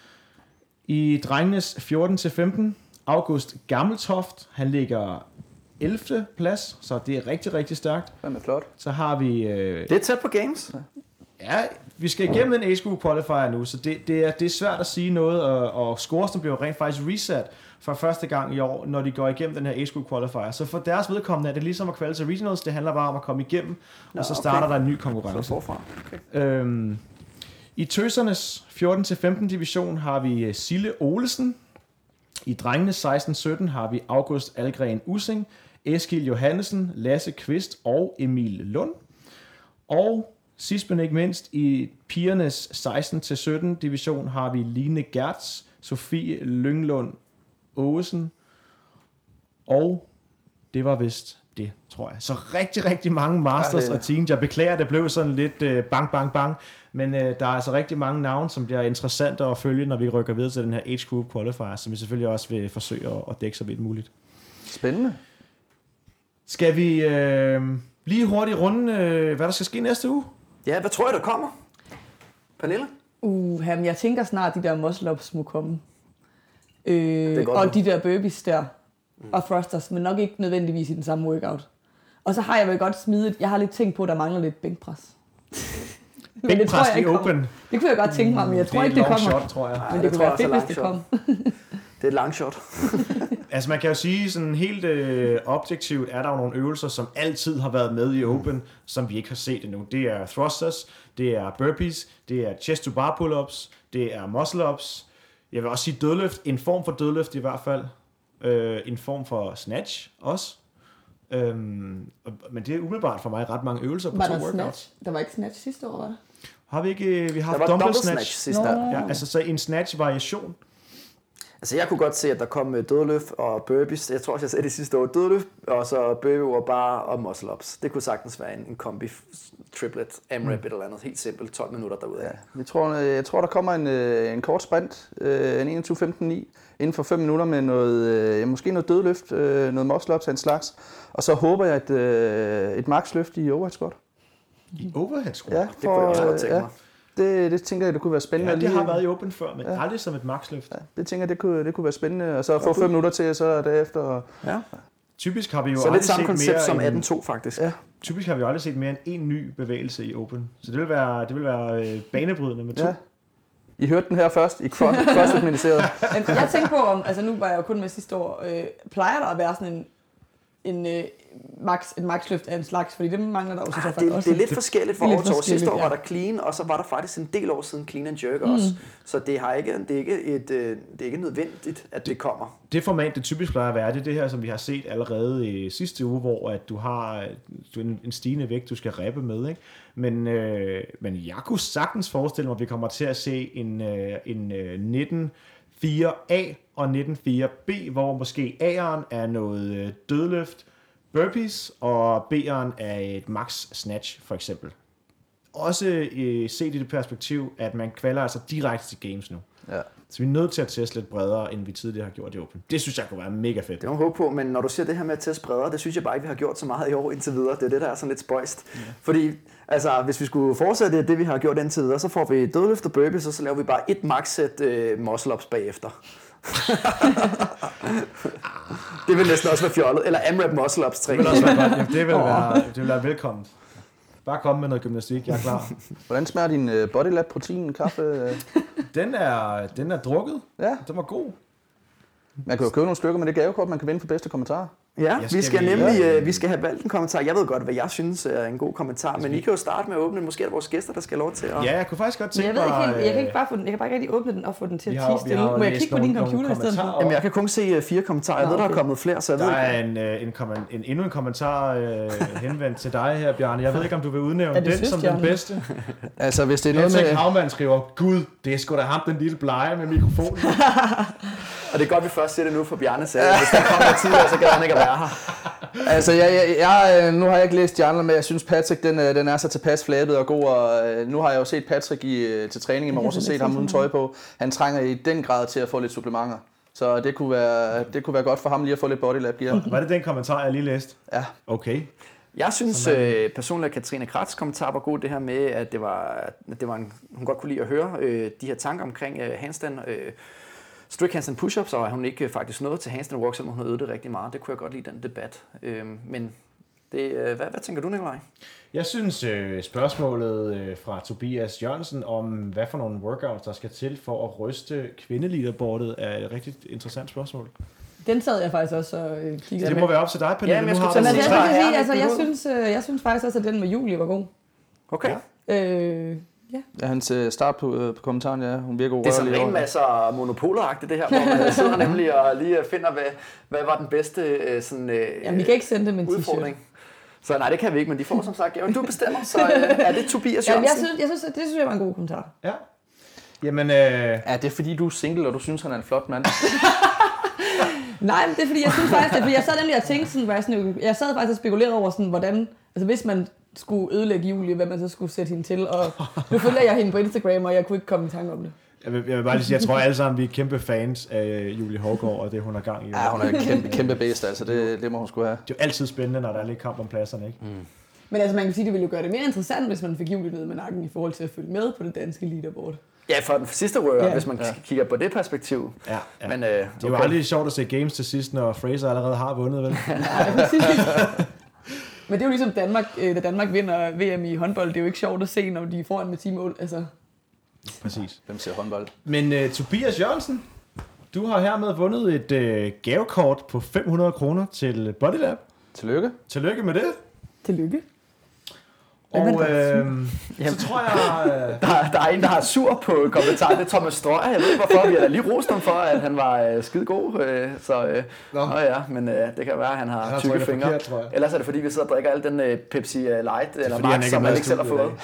I drengenes fjorten til femten, August Gammeltoft, han ligger ellevte plads, så det er rigtig, rigtig stærkt. Det er flot. Så har vi... Øh, det er tæt på games. Ja, vi skal igennem en age group qualifier nu, så det, det, er, det er svært at sige noget, og, og scoresen bliver rent faktisk reset for første gang i år, når de går igennem den her age group qualifier. Så for deres vedkommende er det ligesom at kvalde til regionals, det handler bare om at komme igennem, Nå, og så starter okay. der en ny konkurrence. Så forfra. Okay. Øhm, I tøsernes fjorten til femten division har vi Sille Olesen. I drengenes seksten sytten har vi August Algren Ussing, Eskil Johannesen, Lasse Kvist og Emil Lund. Og sidst men ikke mindst, i pigernes seksten til sytten division har vi Line Gertz, Sofie Lynglund Ågesen, og det var vist det, tror jeg. Så rigtig, rigtig mange masters ja, og teams. Jeg beklager, det blev sådan lidt uh, bang, bang, bang, men uh, der er altså rigtig mange navne, som bliver interessante at følge, når vi rykker videre til den her age group qualifier, som vi selvfølgelig også vil forsøge at, at dække så vidt muligt. Spændende. Skal vi uh, lige hurtigt runde, uh, hvad der skal ske næste uge? Ja, hvad tror jeg, der kommer? Pernille? Uh, jamen, jeg tænker snart, de der muscle-ups må komme. Øh, og nu. De der burpees der, mm. og thrusters, men nok ikke nødvendigvis i den samme workout. Og så har jeg vel godt smidet, jeg har lidt tænkt på, at der mangler lidt bænkpres. Bænkpres i open? Det kunne jeg godt tænke mig, men jeg tror det ikke, det kommer. Shot, tror jeg. Men det, det kunne være fedt, hvis det kom. Det er et lang shot. Altså man kan jo sige, sådan helt øh, objektivt er der jo nogle øvelser, som altid har været med i open, som vi ikke har set endnu. Det er thrusters, det er burpees, det er chest to bar pull-ups, det er muscle-ups. Jeg vil også sige dødløft, en form for dødløft i hvert fald. Øh, en form for snatch også. Øhm, men det er umiddelbart for mig ret mange øvelser på var to der workouts. Snatch? Der var ikke snatch sidste år, var der? Har vi ikke, vi har haft dumbbell dumbbell snatch, snatch sidste år. Ja, altså så en snatch variation. Altså jeg kunne godt se, at der kom dødløft og burpees. Jeg tror også, jeg sagde det sidste år. Dødløft, og så burpee over bar og muscle-ups. Det kunne sagtens være en, en kombi triplet, M-rep mm. eller andet. Helt simpelt, tolv minutter derude. Ja, jeg, tror, jeg tror, der kommer en, en kort sprint, en enogtyve femten ni, inden for fem minutter med noget, måske noget dødløft, noget muscle-ups af en slags. Og så håber jeg et, et max-løft i overhead squat. I overhead squat? Ja, det kunne jeg også godt tænke ja. mig. Det, det tænker jeg, det kunne være spændende. Ja, det har været i open før, men ja. aldrig som et maxløft. Ja, det tænker jeg, det kunne, det kunne være spændende. Og så få fem minutter til, og så derefter... Ja. typisk har vi jo Så aldrig lidt samme set koncept mere som end- atten to faktisk. Ja. Typisk har vi jo aldrig set mere end en ny bevægelse i Open. Så det vil være, det vil være øh, banebrydende med to. Ja. I hørte den her først i CrossFit-ministeriet. Men jeg tænkte på, om, altså nu var jeg jo kun med sidste år, øh, plejer der at være sådan en, en øh, max, et maxløft af en slags, fordi det mangler der jo så Ah, faktisk det, også. det er lidt forskelligt fra Det er år lidt til år. Sidste forskelligt, år ja. var der clean, og så var der faktisk en del år siden clean and jerk også. Så det, har ikke, det, er ikke et, øh, det er ikke nødvendigt, at det kommer. Det format, det typisk plejer at være, det er det her, som vi har set allerede i sidste uge, hvor at du har du en, en stigende vægt, du skal rappe med. Ikke? Men, øh, men jeg kunne sagtens forestille mig, at vi kommer til at se en, øh, en øh, nitten fire A og nitten fire B, hvor måske A'eren er noget øh, dødløft, burpees, og B'eren er et max snatch, for eksempel. Også øh, set i det perspektiv, at man kvalder altså direkte til games nu. Ja. Så vi er nødt til at teste lidt bredere, end vi tidligere har gjort i Open. Det synes jeg kunne være mega fedt. Det må håbe på, men når du siger det her med at teste bredere, det synes jeg bare ikke, vi har gjort så meget i år indtil videre. Det er det, der er sådan lidt spøjst. Ja. Fordi altså, hvis vi skulle fortsætte det, vi har gjort indtil videre, så får vi dødløft og burpees, og så laver vi bare et max-sæt øh, muscle-ups bagefter. Det vil næsten også være fjollet. Eller AMRAP muscle-ups Det træning. vil også være godt. Jamen, det vil være, det vil være velkommen. Bare kom med noget gymnastik, jeg er klar. Hvordan smager din uh, Bodylab protein kaffe? Den er, den er drukket. Ja. Den var god. Man kan jo købe nogle stykker med det gavekort, man kan vinde for bedste kommentarer. Ja, skal vi skal vi- nemlig ja. øh, vi skal have valgt en kommentar. Jeg ved godt, hvad jeg synes er en god kommentar, men I kan jo starte med at åbne. Måske er det vores gæster, der skal have lov til at... Ja, jeg kunne faktisk godt Men tænke jeg ved ikke helt, mig, jeg kan øh, ikke bare få den, jeg kan bare ikke rigtig åbne den og få den til vi at har jo- tige vi stille. har jo Må jeg læst kigge på din nogle- computer nogle i stedet for? kommentarer. Jamen, jeg kan kun se øh, fire kommentarer. Jeg Nå, ved, der er okay. kommet flere, så jeg ved Der ikke. er en, øh, en, kommen- en, endnu en kommentar øh, henvendt til dig her, Bjarne. Jeg ved ikke, om du vil udnævne Er det den som den Søstjernen? bedste. Altså, hvis det er noget Patrick med... Havmann skriver, Gud, det er sgu da ham, den lille blege med mikrofonen. Og det er godt, vi først siger det nu, for Bjarne sagde, hvis der kommer tidligere, så kan han ikke at være her. Altså, jeg, jeg, jeg, nu har jeg ikke læst de andre, men jeg synes, Patrick den, øh, den er så tilpas flabet og god. Og, øh, nu har jeg jo set Patrick i, øh, til træning i morges og set ham uden tøj på. Han trænger i den grad til at få lidt supplementer. Så det kunne være, det kunne være godt for ham lige at få lidt bodylab gear. Var det den kommentar, jeg lige læste? Ja. Okay. Jeg synes øh, personligt, at Katrine Kratz kommentar var god, det her med, at det var, at det var en, hun godt kunne lide at høre øh, de her tanker omkring øh, handstand, øh, strict handstand push-ups, og at hun ikke faktisk nåede til handstand walk, selvom hun havde øvet det rigtig meget. Det kunne jeg godt lide, den debat. Øh, men det, øh, hvad, hvad tænker du, Nikolaj? Jeg synes øh, spørgsmålet øh, fra Tobias Jørgensen om, hvad for nogle workouts, der skal til for at ryste kvindeleaderboardet, er et rigtig interessant spørgsmål. Den sad jeg faktisk også og øh, kiggede Det må være op til dig, Pernille. Ja, men jeg Nu skulle har til du- at Men sige, altså, så jeg, er kan sige, det altså, jeg, ud. synes, øh, jeg synes faktisk også, at den med Julie var god. Okay. Ja. Øh, ja. Ja, hans øh, start på, øh, på kommentaren, ja, hun virker Det er sådan urørlig. en masse monopoleragtigt det her, hvor man sidder nemlig og lige finder, hvad, hvad var den bedste øh, sådan, øh, Jamen, vi kan ikke sende dem en t-shirt. udfordring. Så nej, det kan vi ikke, men de får som sagt gaven. Du bestemmer, så øh, er det Tobias Jamen, jeg Jørgensen? synes, jeg synes, det synes jeg var en god kommentar. Ja. Jamen, øh, Ja, det er fordi, du er single, og du synes, han er en flot mand. Nej, men det er fordi, jeg synes faktisk, det er, fordi jeg sad nemlig og tænkte sådan, hvad sådan, jeg sad faktisk og spekulerede over sådan, hvordan, altså hvis man skulle ødelægge Julie, hvad man så skulle sætte hende til, og nu følger jeg hende på Instagram, og jeg kunne ikke komme i tanke om det. jeg, vil, jeg vil bare lige sige, jeg tror alle sammen, vi er kæmpe fans af Julie Hårgaard og det, hun har gang i. Ja, hun er en kæmpe, kæmpe bedst, altså det, det må hun skulle have. Det er jo altid spændende, når der er lidt kamp om pladserne, ikke? Mm. Men altså, man kan sige, det ville jo gøre det mere interessant, hvis man fik Julie ned med nakken i forhold til at følge med på det danske leaderboard. Ja, for den sidste workout, Ja. hvis man kigger på det perspektiv. Ja, ja. Men, øh, Det er jo okay. aldrig sjovt at se games til sidst, når Fraser allerede har vundet, vel? Men det er jo ligesom Danmark, øh, da Danmark vinder V M i håndbold, det er jo ikke sjovt at se, når de er foran med ti mål. Altså, Præcis. Hvem ser håndbold? Men uh, Tobias Jørgensen, du har hermed vundet et uh, gavekort på fem hundrede kroner til Bodylab. Tillykke. Tillykke med det. tillykke. Og Hvem er øh, så tror jeg... Øh, Der, der er en, der har sur på kommentaren. Det er Thomas Strøger. Jeg ved ikke hvorfor. Vi har da lige rost ham for, at han var øh, skide god. Øh, så øh, Nå. Nå ja, men øh, det kan være, at han har, Han har tykke trykket fingre. forkert, tror jeg. Ellers er det fordi, vi sidder og drikker al den øh, Pepsi øh, Light eller fordi, han Max, ikke er som med han i ikke selv har studiet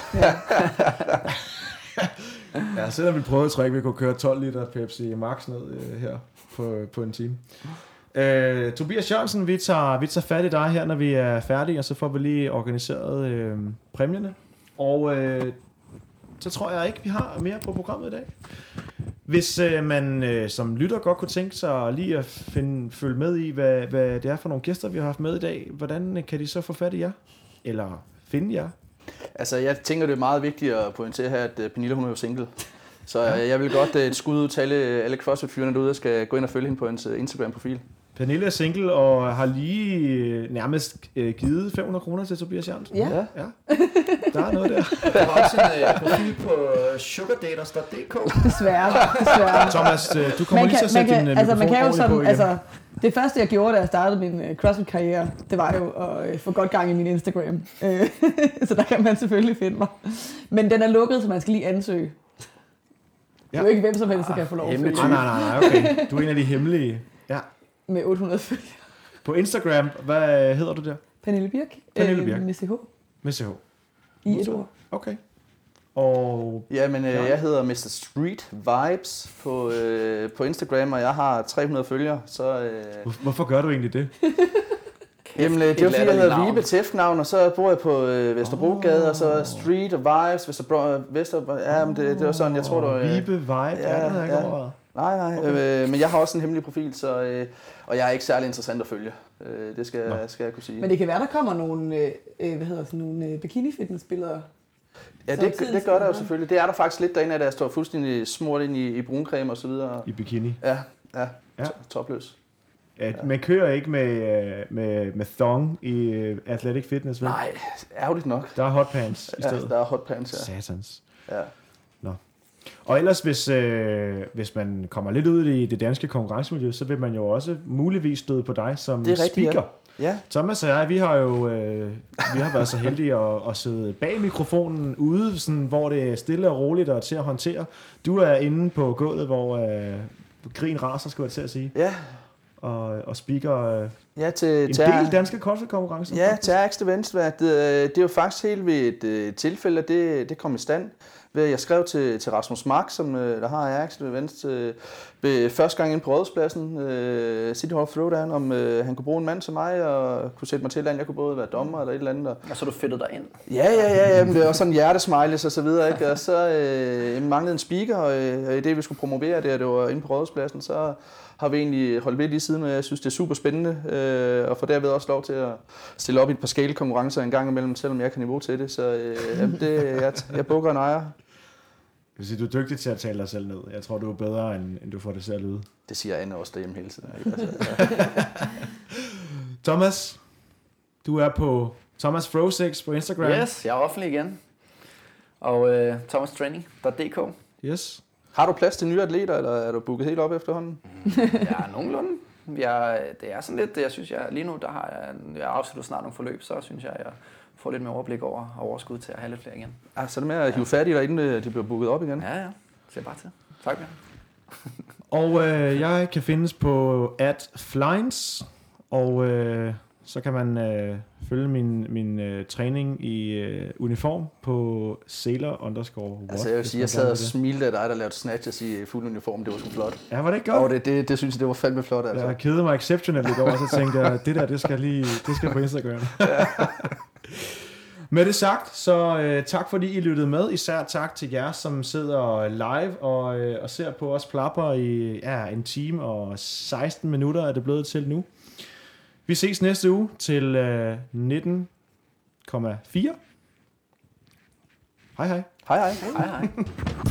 fået. ja, selvom vi prøvede, tror jeg ikke, vi kunne køre tolv liter Pepsi Max ned øh, her på, på en time. Øh, Tobias Jørgensen, vi tager, vi tager fat i dig her, når vi er færdige, og så får vi lige organiseret øh, præmierne. Og øh, så tror jeg ikke, vi har mere på programmet i dag. Hvis øh, man øh, som lytter godt kunne tænke sig lige at finde, følge med i, hvad, hvad det er for nogle gæster, vi har haft med i dag, hvordan kan de så få fat i jer? Eller finde jer? Altså, jeg tænker, det er meget vigtigt at pointere her, at øh, Pernille, hun er jo single. Så øh, jeg vil godt øh, et skud ud til alle, alle CrossFit-fyrene derude, der skal gå ind og følge hende på hendes øh, Instagram-profil. Pernille er single og har lige øh, nærmest øh, givet fem hundrede kroner til Tobias Jørgensen. Ja. Ja. Der er noget der. Der er også en uh, profil på sugardaters punktum d k. Desværre, desværre. Thomas, øh, du kommer Man lige til kan, at sætte man din kan, øh, altså, man kan jo mikrofon ordentligt sådan, på igen. altså, det første jeg gjorde, da jeg startede min uh, CrossFit-karriere, det var jo at uh, få godt gang i min Instagram. Uh, så der kan man selvfølgelig finde mig. Men den er lukket, så man skal lige ansøge. Det er jo ikke hvem som helst, der kan få lov at følge. Nej, nej, nej, nej, okay. Du er en af de hemmelige. Ja. Med otte hundrede følgere. På Instagram, hvad hedder du der? Pernille Birk. Pernille Birk. Øh, med C H. Med C H. I et ord. Okay. Og Ja, men øh, jeg hedder mister Street Vibes på, øh, på Instagram, og jeg har tre hundrede følgere. Så, øh, hvor- hvorfor gør du egentlig det? jamen, øh, det er jo fordi, jeg latterligt hedder navn. Vibe til efternavn, og så bor jeg på øh, Vesterbrogade, oh. og så Street og Vibes, Vesterbro, Vester, ja, men det, det var sådan, jeg tror, det var... Øh, Vibe, Vibe, ja, ja, det havde jeg ikke ja. overvejet. Nej, nej, okay. øh, men jeg har også en hemmelig profil, så, øh, og jeg er ikke særlig interessant at følge. Øh, det skal, skal jeg kunne sige. Men det kan være, der kommer nogle, øh, øh, hvad hedder sådan, nogle øh, bikini-fitness-billeder. Ja, det, samtidig, det gør der jo så- selvfølgelig. Det er der faktisk lidt derinde, at jeg står fuldstændig smurt ind i, i bruncreme og så videre. I bikini. Ja, ja, Ja. to- topløs. Ja, man kører ikke med, øh, med, med thong i øh, Athletic Fitness, vel? Nej, ærgerligt nok. Der er hotpants i Ja, stedet. der er hotpants, ja. Satans. ja. Og ellers, hvis, øh, hvis man kommer lidt ud i det danske konkurrencemiljø, så vil man jo også muligvis støde på dig som Det er rigtigt, speaker. Ja, Thomas og jeg, vi har jo øh, vi har været så heldige at, at sidde bag mikrofonen ude, sådan, hvor det er stille og roligt og til at håndtere. Du er inde på gulvet, hvor øh, grin raser, skulle jeg til at sige, ja, og, og speaker øh, ja til, en til, del danske CrossFit-konkurrencer. ja, til R X Events. Det, det er jo faktisk helt ved et øh, tilfælde, at det, det kom i stand. Ved, at Jeg skrev til, til Rasmus Mark, som øh, der har R X Events, øh, ved første gang inde på Rådhuspladsen, øh, City Hall Throwdown, om øh, han kunne bruge en mand som mig og kunne sætte mig til et eller andet. Jeg kunne både være dommer eller et eller andet. Og, Og så er du fedtet dig ind. Ja, ja, ja, ja, men det var sådan hjertesmileys og så videre, ikke? Og så øh, manglede en speaker, og, øh, og i det vi skulle promovere det, og det var inde på Rådhuspladsen, så har vi egentlig holdt ved lige siden, og jeg synes, det er super spændende, øh, og får derved også lov til at stille op i et par scale-konkurrencer en gang imellem, selvom jeg ikke har niveau til det, så øh, jamen, det, jeg, jeg bukker en ejer. Jeg vil sige, du er dygtig til at tale dig selv ned. Jeg tror, du er bedre, end, end du får det til at lyde. Det siger Anne også derhjemme hele tiden. Ikke? Altså, ja. Thomas, du er på Thomas Frosix på Instagram. Yes, jeg er offentlig igen. Og øh, thomas training punktum d k. Yes. Har du plads til nye atleter, eller er du booket helt op efterhånden? Jeg er nogenlunde. Jeg, det er sådan lidt, jeg synes, jeg lige nu, der har jeg, jeg afslutter snart nogle forløb, så synes jeg, jeg får lidt mere overblik over og overskud til at have lidt flere igen. Ah, så er det med at hive fat i dig, inden øh, de bliver booket op igen? Ja, ja. Se bare til. Tak, Bjørn. Og øh, jeg kan findes på at flines, og øh, så kan man øh, følge min, min øh, træning i øh, uniform på sailor underscore what. Altså jeg vil hvis sige, man jeg sad gerne og vil det. smilte af dig, der lavede snatches i fuld uniform. Det var sgu flot. Ja, var det ikke godt? Og det, det, det synes jeg, det var fandme flot, altså. Jeg kedede mig exceptionelt i går, så tænkte jeg, det der, det skal lige, det skal på Instagram. Med det sagt, så øh, tak fordi I lyttede med. Især tak til jer, som sidder live og, øh, og ser på os plapper i ja, en time og seksten minutter er det blevet til nu. Vi ses næste uge til øh, nitten komma fire. Hej hej. Hej hej. Hej, hej.